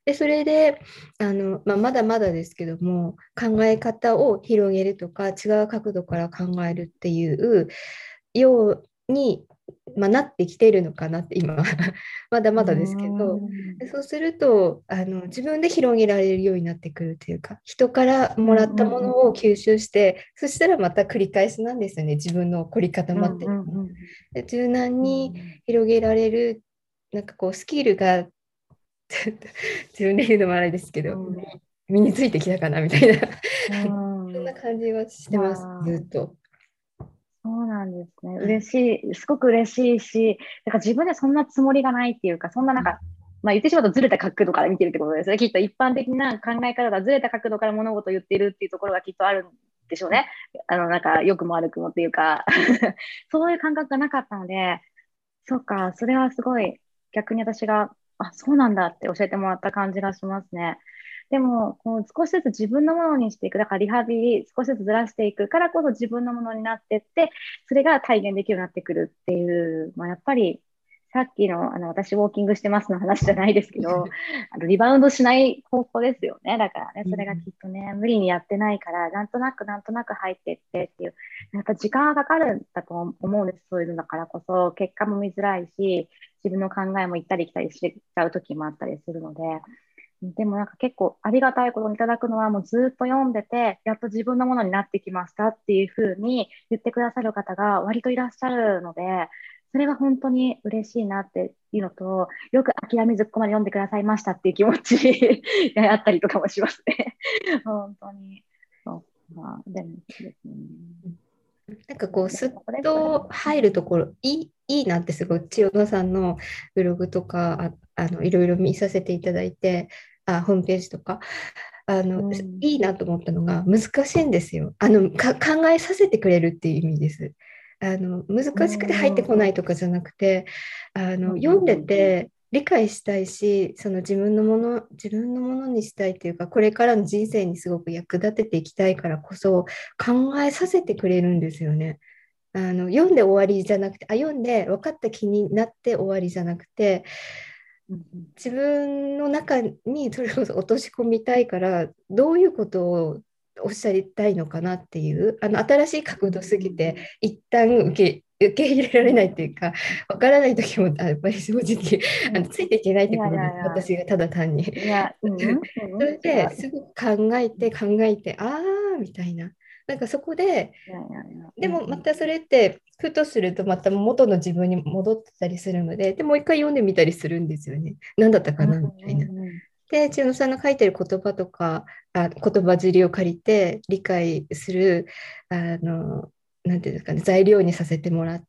で、それでまだまだですけども、考え方を広げるとか、違う角度から考えるっていうように、なってきてるのかなって今まだうまだですけど、 ん。 でそうすると自分で広げられるようになってくるというか、人からうもらったもんうんのを吸収して、そしたらまた繰り返しなんですよね、自分の凝り固うんまってる。 うんで柔軟にうん。 広げられる、なんかこうスキルが自分で言うのもあれですけど、 うん身についてきたかなみたいなそんなうん。 感じはしてます、 まあ、 ずっと。 そうなんですね。 はい嬉しい、すごく嬉しいし、だから自分でそんなつもりがないっていうか、そんななんか、まあ言ってしまうとずれた角度から見てるってことですね。きっと一般的な考え方がずれた角度から物事を言っているっていうところがきっとあるんでしょうね。なんか良くも悪くもっていうかそういう感覚がなかったので、そうか、それはすごい逆に私が、あ、そうなんだって教えてもらった感じがしますね。でも、こう少しずつ自分のものにしていく。だからリハビリ少しずつずらしていくからこそ自分のものになっていって、それが体現できるようになってくるっていう、まあ、やっぱりさっきの、私ウォーキングしてますの話じゃないですけど、リバウンドしない方法ですよね。だからね、それがきっとね、無理にやってないから、なんとなく入っていってっていう、やっぱ時間がかかるんだと思うんです。そういうのだからこそ、結果も見づらいし、自分の考えも行ったり来たりしちゃう時もあったりするので、でもなんか結構ありがたいことにいただくのはもうずっと読んでて、やっと自分のものになってきましたっていうふうに言ってくださる方が割といらっしゃるので、それが本当に嬉しいなっていうのと、よく諦めずここまで読んでくださいましたっていう気持ちがあったりとかもしますね。本当に。そう。まあ、でもですね。 なんかこう、すっそれぞれ。 と入るところ、いいなってすごい、千代野さんのブログとか、いろいろ見させていただいて、ホームページとか、 うん。 いいなと思ったのが、難しいんですよ。考えさせてくれるっていう意味です。 う難しくて入ってん。 こないとかじゃなくて、 うん。 読んでて、理解したいし、その自分のものにしたいというか、これからの人生にすごく役立てていきたいからこそ、考えさせてくれるんですよね。読んで終わりじゃなくて、読んで分かった気になって終わりじゃなくて、 うん。 自分の中にそれこそ落とし込みたいから、どういうことをおっしゃりたいのかなっていう、新しい角度すぎて、一旦受け入れられないっていうか、分からない時もやっぱり正直ついていけないっいやいてことです、 やいや、 私がただ単に。 いや、うん、 そうん、 れ違う。 ですごく考えて、みたいな。なんかそこで、 いやいやいや、うでん、 もまたそれってふとするとまた元の自分に戻ってたりするので、でもう一回読んでみたりするんですよね。何だったかうん、 なみたいな。 うん、 で、千代野さんの書いてる言葉とか、言葉尻を借りて理解する、なんていうんですかね、材料にさせてもらって、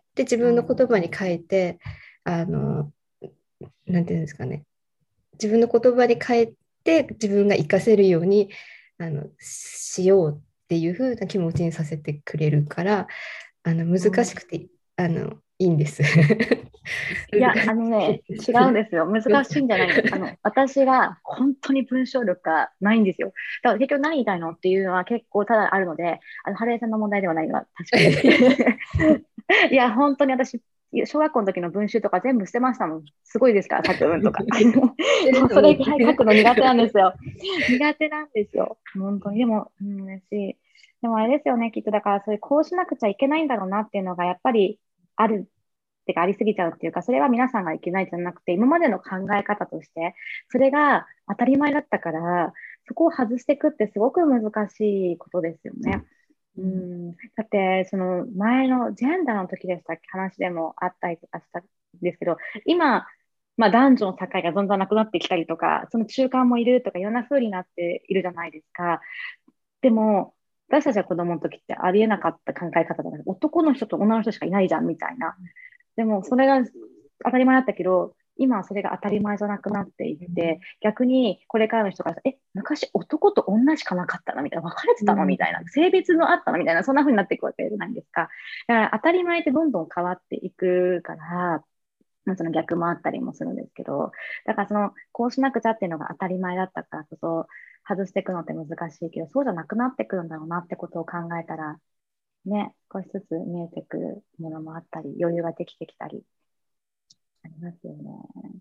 で、自分のうん、 言葉に変えて、あの、なんていうんですかね、自分の言葉に変えて自分が活かせるようにしようっていう風な気持ちにさせてくれるから、難うん。 しくていいんです。 いや、 難しい違うんですよ。難しいんじゃないんです。私が本当に文章力がないんですよ。だから結局何言いたいのっていうのは結構ただあるので、春江さんの問題ではないのは確かです。いや、本当に私、小学校の時の文集とか全部捨てましたもん。すごいですから、作文とか。もうそれぐらい書くの苦手なんですよ。苦手なんですよ。本当に。でも、嬉しい。でもあれですよね、きっとだから、そういうこうしなくちゃいけないんだろうなっていうのがやっぱりあるってかありすぎちゃうっていうか、それは皆さんがいけないじゃなくて、今までの考え方として、それが当たり前だったから、そこを外していくってすごく難しいことですよね。だって、その前のジェンダーの時でしたっけ、話でもあったりとかしたんですけど、今、まあ、男女の境がどんどんなくなってきたりとか、その中間もいるとか、いろんな風になっているじゃないですか。でも、私たちは子供の時ってありえなかった考え方だから、男の人と女の人しかいないじゃんみたいな。でも、それが当たり前だったけど、今はそれが当たり前じゃなくなっていって、逆にこれからの人から、昔男と女しかなかったのみたいな、別れてたのみたいな、性別のあったのみたいな、そんな風になっていくわけじゃないですか。だから当たり前ってどんどん変わっていくから、その逆もあったりもするんですけど、だからこうしなくちゃっていうのが当たり前だったからこそ、外していくのって難しいけど、そうじゃなくなってくるんだろうなってことを考えたら、ね、少しずつ見えてくるものもあったり、余裕ができてきたり、ありますよね。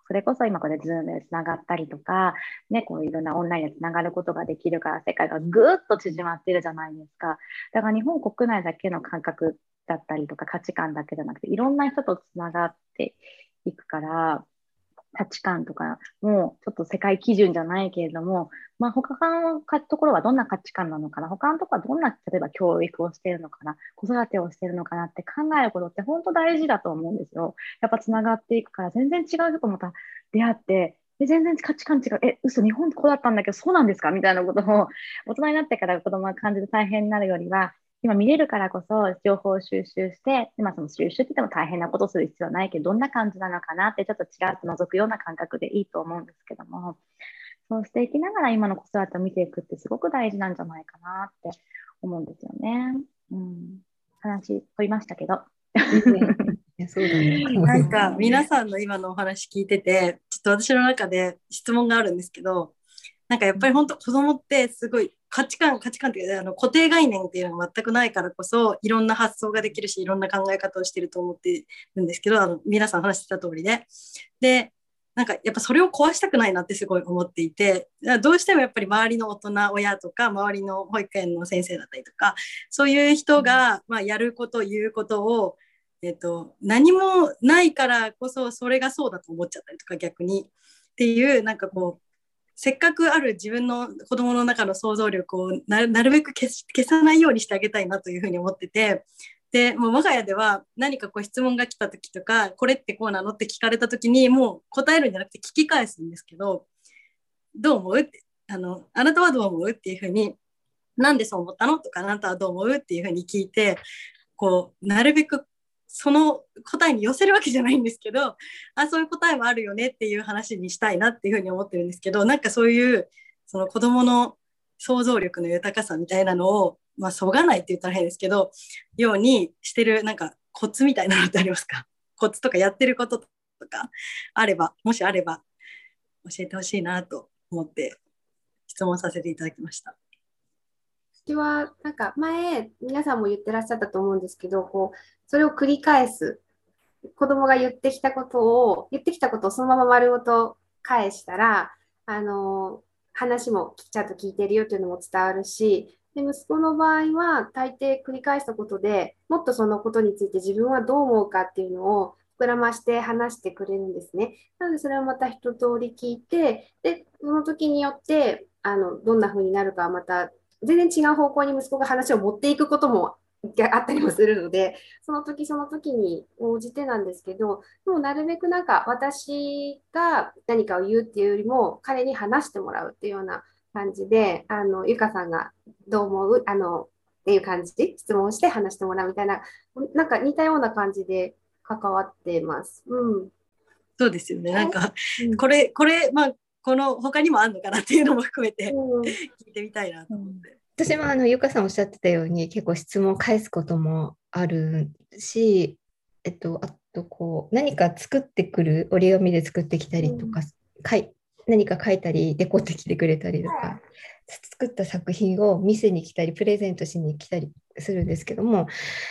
それこそ今これ Zoom でつながったりとか、ね、こういろんなオンラインでつながることができるから世界がぐーっと縮まってるじゃないですか。だから日本国内だけの感覚だったりとか価値観だけじゃなくていろんな人とつながっていくから、価値観とかもちょっと世界基準じゃないけれども、まあ、他のところはどんな価値観なのかな、他のところはどんな例えば教育をしているのかな、子育てをしているのかなって考えることって本当大事だと思うんですよ。やっぱつながっていくから全然違う人とまた出会って全然価値観違う、嘘日本ってこうだったんだけどそうなんですかみたいなことを大人になってから子供が感じて大変になるよりは、今見れるからこそ情報を収集して、その収集って言っても大変なことする必要はないけど、どんな感じなのかなってちょっと違って覗くような感覚でいいと思うんですけども、そうしていきながら今の子育てを見ていくってすごく大事なんじゃないかなって思うんですよね。話取りましたけど。 そうだね。 なんか皆さんの今のお話聞いてて、ちょっと私の中で質問があるんですけど、なんかやっぱり本当子供ってすごい価値観っていうか固定概念っていうのが全くないからこそいろんな発想ができるしいろんな考え方をしてると思ってるんですけど、皆さん話してた通りでなんかやっぱそれを壊したくないなってすごい思っていて、どうしてもやっぱり周りの大人親とか周りの保育園の先生だったりとかそういう人が、やること言うことを何もないからこそそれがそうだと思っちゃったりとか逆にっていうなんかこうせっかくある自分の子供の中の想像力をなるべく消さないようにしてあげたいなというふうに思ってて、でもう我が家では何かこう質問が来た時とかこれってこうなのって聞かれた時にもう答えるんじゃなくて聞き返すんですけど、どう思うってあなたはどう思うっていうふうに、なんでそう思ったのとかあなたはどう思うっていうふうに聞いて、こうなるべくその答えに寄せるわけじゃないんですけど、そういう答えもあるよねっていう話にしたいなっていうふうに思ってるんですけど、なんかそういうその子どもの想像力の豊かさみたいなのを、そがないって言ったら変ですけどようにしてるなんかコツみたいなのってありますか？コツとかやってることとかもしあれば教えてほしいなと思って質問させていただきました。 私はなんか前皆さんも言ってらっしゃったと思うんですけど、それを繰り返す、子供が言ってきたことをそのまま丸ごと返したら話もちゃんと聞いてるよというのも伝わるし、で息子の場合は大抵繰り返したことでもっとそのことについて自分はどう思うかっていうのを膨らまして話してくれるんですね。なのでそれをまた一通り聞いて、でその時によってどんな風になるかはまた全然違う方向に息子が話を持っていくこともあったりもするので、その時その時に応じてなんですけど、もうなるべくなんか私が何かを言うっていうよりも彼に話してもらうっていうような感じで、ゆかさんがどう思うっていう感じで質問して話してもらうみたいな、なんか似たような感じで関わってます。 そうですよね。なんかこれこの他にもあるのかなっていうのも含めて聞いてみたいなと思って。 私もゆかさんおっしゃってたように結構質問を返すこともあるし、あと何か作ってくる、折り紙で作ってきたりとか、何か書いたりデコってきてくれたりとか、作った作品を見せに来たりプレゼントしに来たりするんですけども、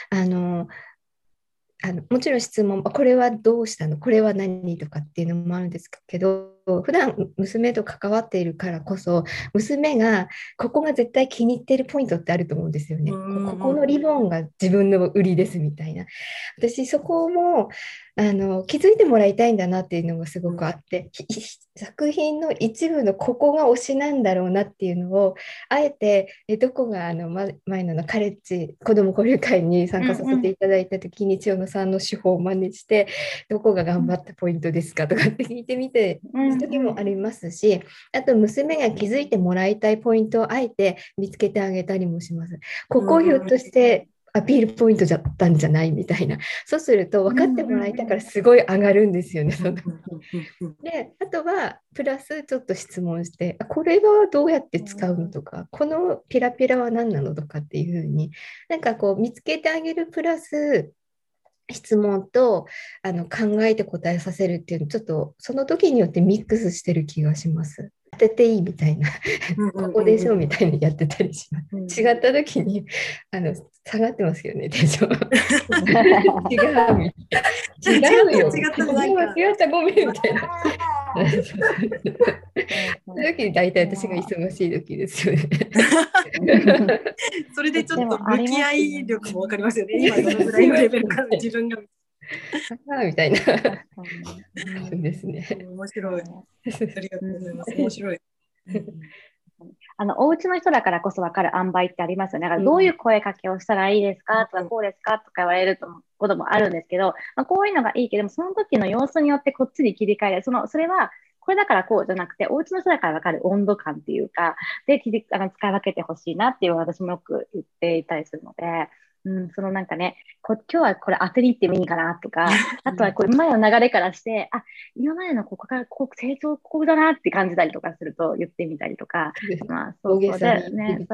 もちろん質問、これはどうしたの、これは何とかっていうのもあるんですけど、普段娘と関わっているからこそ、娘がここが絶対気に入っているポイントってあると思うんですよね。ここのリボンが自分の売りですみたいな。私そこも気づいてもらいたいんだなっていうのがすごくあって、作品の一部のここが推しなんだろうなっていうのをあえてどこが前のカレッジ子ども交流会に参加させていただいた時に千代野さんの手法を真似してどこが頑張ったポイントですかとかって聞いてみて時もありますし、あと娘が気づいてもらいたいポイントをあえて見つけてあげたりもします。ここをひょっとしてアピールポイントだったんじゃないみたいな。そうすると分かってもらえたからすごい上がるんですよね。で、あとはプラスちょっと質問して、これはどうやって使うのとか、このピラピラは何なのとかっていうふうになんか見つけてあげるプラス質問と考えて答えさせるっていうのちょっとその時によってミックスしてる気がします。 当てていいみたいな、ここでしょうんみたいにやってたりします。違った時に下がってますけどね、テンション。違うみたいな。違うよ。 違ったなんか違ったごめんみたいな。その時に大体私が忙しい時ですよね。 それでちょっと向き合い力も分かりますよね。今どのぐらいのレベルか自分が。 みたいな。ですね。 面白い。ありがとうございます。面白い。 お家の人だからこそ分かる塩梅ってありますよね。だからどういう声かけをしたらいいですかとか、こうですかとか言われることもあるんですけど、こういうのがいいけども、その時の様子によってこっちに切り替える。それは、これだからこうじゃなくて、お家の人だから分かる温度感っていうか、で、使い分けてほしいなっていうのを私もよく言っていたりするので、なんかね、今日はこれ当てに行ってもいいかなとか、あとはこれ前の流れからして、今までのここから成長ここだなって感じたりとかすると言ってみたりとか、そうでね、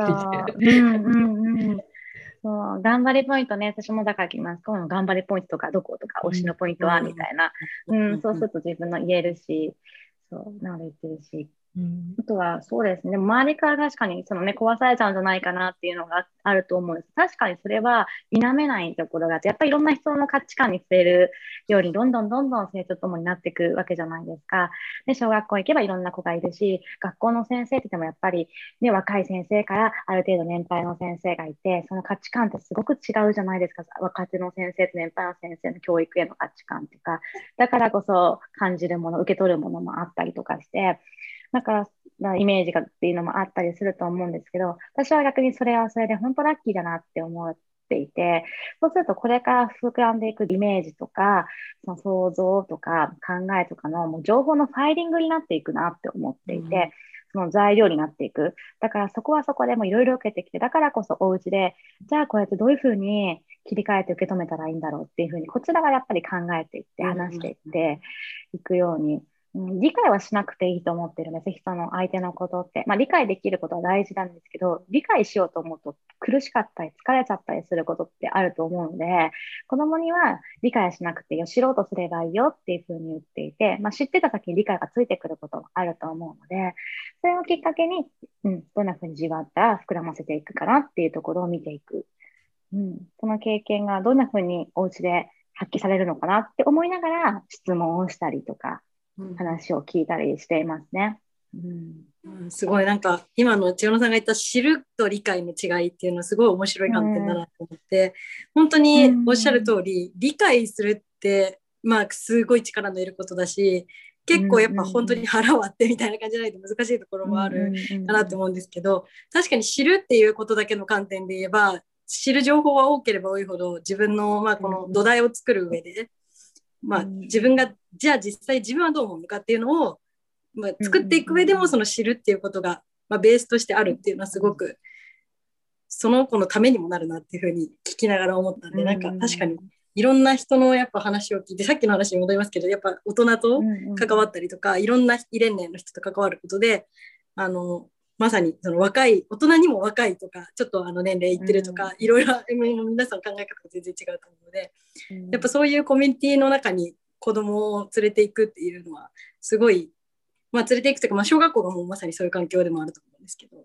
そう、頑張りポイントね、私もだから来ます。今度頑張りポイントとかどことか、推しのポイントはみたいな、そうすると自分の言えるし、そうなので言ってるし、あとはそうですね、周りから確かに壊されちゃうんじゃないかなっていうのがあると思うんです。確かにそれは否めないところがあって、やっぱりいろんな人の価値観に触れるようにどんどん成長ともになっていくわけじゃないですか。で、小学校行けばいろんな子がいるし、学校の先生って言ってもやっぱり、ね、若い先生からある程度年配の先生がいて、その価値観ってすごく違うじゃないですか。若手の先生と年配の先生の教育への価値観とか、だからこそ感じるもの、受け取るものもあったりとかして、だからイメージがっていうのもあったりすると思うんですけど、私は逆にそれはそれで本当ラッキーだなって思っていて、そうするとこれから膨らんでいくイメージとか、その想像とか考えとかのもう情報のファイリングになっていくなって思っていて、その材料になっていく。だからそこはそこでもいろいろ受けてきて、だからこそお家で、じゃあこうやってどういうふうに切り替えて受け止めたらいいんだろうっていうふうに、こちらがやっぱり考えていって、話していっていくように、理解はしなくていいと思ってるんです。人の相手のことって。理解できることは大事なんですけど、理解しようと思うと苦しかったり疲れちゃったりすることってあると思うので、子供には理解しなくていいよ、知ろうとすればいいよっていうふうに言っていて、知ってた先に理解がついてくることもあると思うので、それをきっかけに、どんなふうにじわったら膨らませていくかなっていうところを見ていく。その経験がどんなふうにお家で発揮されるのかなって思いながら質問をしたりとか、話を聞いたりしていますね。 すごいなんか今の千代野さんが言った知ると理解の違いっていうのはすごい面白い観点だなと思って、本当におっしゃる通り、理解するってすごい力のいることだし、結構やっぱ本当に腹割ってみたいな感じじゃないと難しいところもあるかなと思うんですけど、確かに知るっていうことだけの観点で言えば、知る情報は多ければ多いほど自分のこの土台を作る上で、自分がじゃあ実際自分はどう思うのかっていうのを、作っていく上でもその知るっていうことが、ベースとしてあるっていうのはすごくその子のためにもなるなっていうふうに聞きながら思ったんで、なんか確かにいろんな人のやっぱ話を聞いて、さっきの話に戻りますけど、やっぱ大人と関わったりとか、いろんなイレンネの人と関わることで、まさにその若い大人にも若いとかちょっと年齢いってるとか、いろいろ皆さん考え方が全然違うと思うので、やっぱそういうコミュニティの中に子供を連れていくっていうのはすごい、連れていくというか、小学校がもうまさにそういう環境でもあると思うんですけど、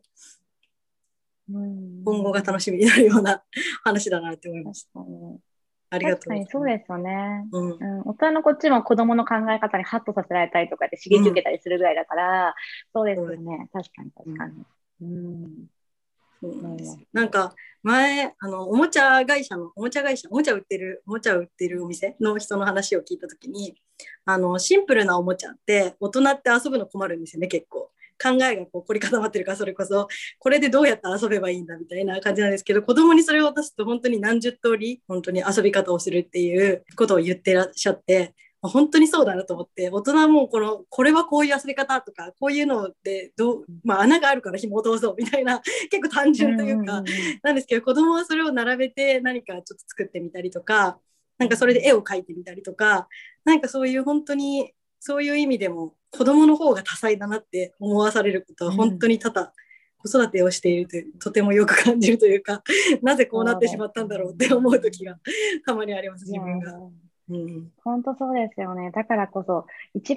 今後が楽しみになるような話だなって思いました。ありがとうございます。 そうですよね。大人のこっちも子供の考え方にハッとさせられたりとかで刺激受けたりするぐらいだから、そうですよね。確かに。 なんか前おもちゃ売ってるお店の人の話を聞いたときに、シンプルなおもちゃって大人って遊ぶの困るんですよね。結構考えが凝り固まってるから、それこそこれでどうやって遊べばいいんだみたいな感じなんですけど、子供にそれを渡すと本当に何十通り本当に遊び方をするっていうことを言ってらっしゃって、本当にそうだなと思って、大人もこれはこういう遊び方とか、こういうので穴があるから紐を通そうみたいな結構単純というかなんですけど、子供はそれを並べて何かちょっと作ってみたりとか、なんかそれで絵を描いてみたりとか、なんかそういう本当にそういう意味でも子供の方が多彩だなって思わされることは本当に多々子育てをしているとてもよく感じるというか、なぜこうなってしまったんだろうって思う時がたまにあります、自分が。 本当そうですよね。だからこそ一番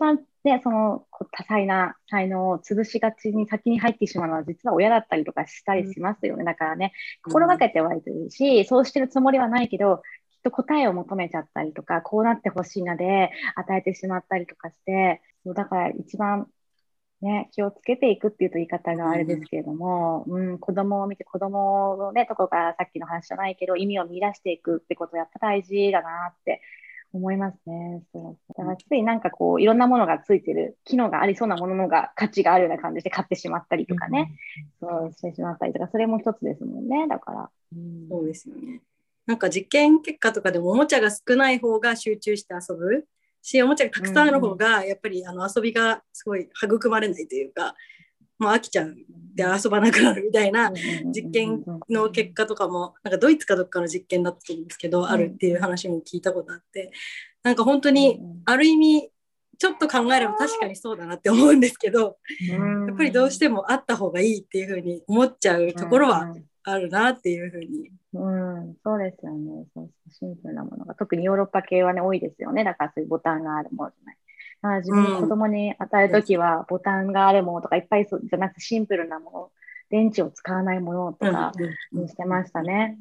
で、その多彩な才能を潰しがちに先に入ってしまうのは実は親だったりとかしたりしますよね。だからね、心がけてはいるし、そうしてるつもりはないけど、きっと答えを求めちゃったりとか、こうなってほしいなで与えてしまったりとかして、だから一番ね、気をつけていくっていうと言い方があれですけれども、子供を見て子供のね、ところからさっきの話じゃないけど、意味を見出していくってことやっぱ大事だなって思いますね。そうだからついなんかこう、いろんなものがついてる、機能がありそうなもののが価値があるような感じで買ってしまったりとかね、そうしてしまったりとか、それも一つですもんね、だから。 そうですよね。なんか実験結果とかでもおもちゃが少ない方が集中して遊ぶし、おもちゃがたくさんある方がやっぱり遊びがすごい育まれないというか、もう飽きちゃうで遊ばなくなるみたいな実験の結果とかも、なんかドイツかどっかの実験だったと思うんですけど、あるっていう話も聞いたことあって、なんか本当にある意味ちょっと考えれば確かにそうだなって思うんですけど、やっぱりどうしてもあった方がいいっていうふうに思っちゃうところはあるなっていうふうに。 そうですよね。そうシンプルなものが。特にヨーロッパ系はね、多いですよね。だからそういうボタンがあるものじゃない。だから自分の子供に与えるときは、ボタンがあるものとかいっぱいじゃなくてシンプルなもの、電池を使わないものとかにしてましたね。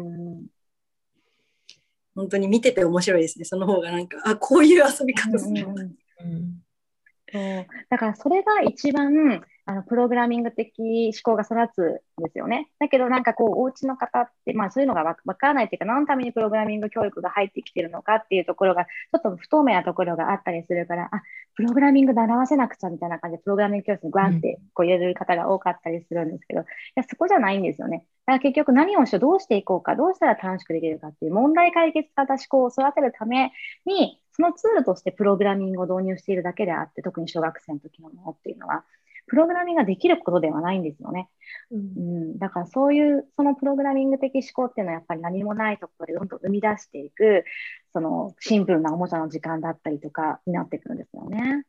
本当に見てて面白いですね。その方がなんか、あ、こういう遊び方する。 そうだからそれが一番プログラミング的思考が育つんですよね。だけどなんかこうお家の方って、そういうのがわからないっていうか、何のためにプログラミング教育が入ってきてるのかっていうところがちょっと不透明なところがあったりするから、プログラミング習わせなくちゃみたいな感じでプログラミング教室にグワンってこう入れる方が多かったりするんですけど、いやそこじゃないんですよね。だから結局何をしよう、どうしていこうか、どうしたら楽しくできるかっていう問題解決型思考を育てるために、そのツールとしてプログラミングを導入しているだけであって、特に小学生の時のものっていうのは、プログラミングができることではないんですよね。だからそういう、そのプログラミング的思考っていうのはやっぱり何もないところでどんどん生み出していく、そのシンプルなおもちゃの時間だったりとかになってくるんですよね。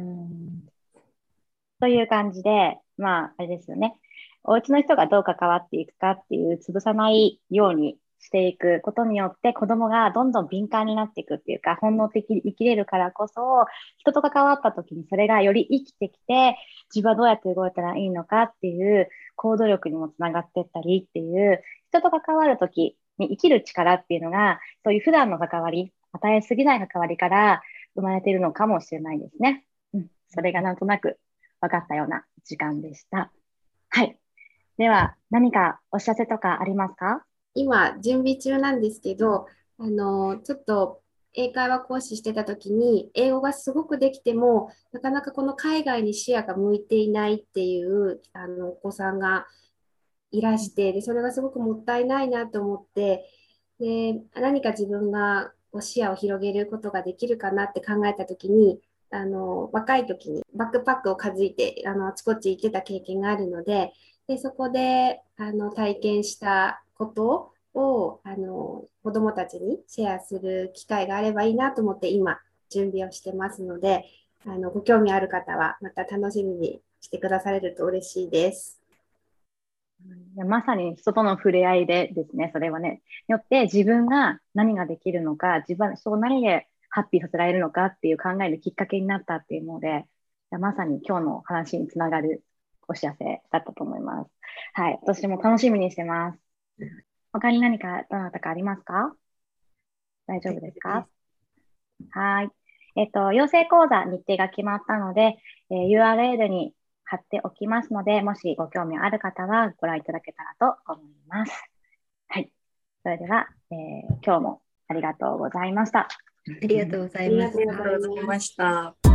という感じで、あれですよね。お家の人がどう関わっていくかっていう、潰さないようにしていくことによって子供がどんどん敏感になっていくっていうか、本能的に生きれるからこそ、人と関わった時にそれがより生きてきて、自分はどうやって動いたらいいのかっていう行動力にもつながっていったりっていう、人と関わる時に生きる力っていうのが、そういう普段の関わり、与えすぎない関わりから生まれているのかもしれないですね。それがなんとなく分かったような時間でした。はい。では、何かお知らせとかありますか？ 今、準備中なんですけど、ちょっと英会話講師してた時に、英語がすごくできても、なかなかこの海外に視野が向いていないっていうお子さんがいらして、でそれがすごくもったいないなと思って、で何か自分が視野を広げることができるかなって考えた時に、若い時にバックパックを担いであちこち行ってた経験があるので、そこで体験したことを子どもたちにシェアする機会があればいいなと思って今準備をしてますので、ご興味ある方はまた楽しみにしてくだされると嬉しいです。 まさに人との触れ合いでですね、それはね、よって自分が何ができるのか、人を何でハッピーさせられるのかっていう考えるきっかけになったっていうので、まさに今日の話につながるお知らせだったと思います。はい、私も楽しみにしてます。他に何かどなたかありますか？大丈夫ですか？はい。養成講座日程が決まったので、URL に貼っておきますので、もしご興味ある方はご覧いただけたらと思います。はい。それでは、今日もありがとうございました。 ありがとうございました。 ありがとうございました。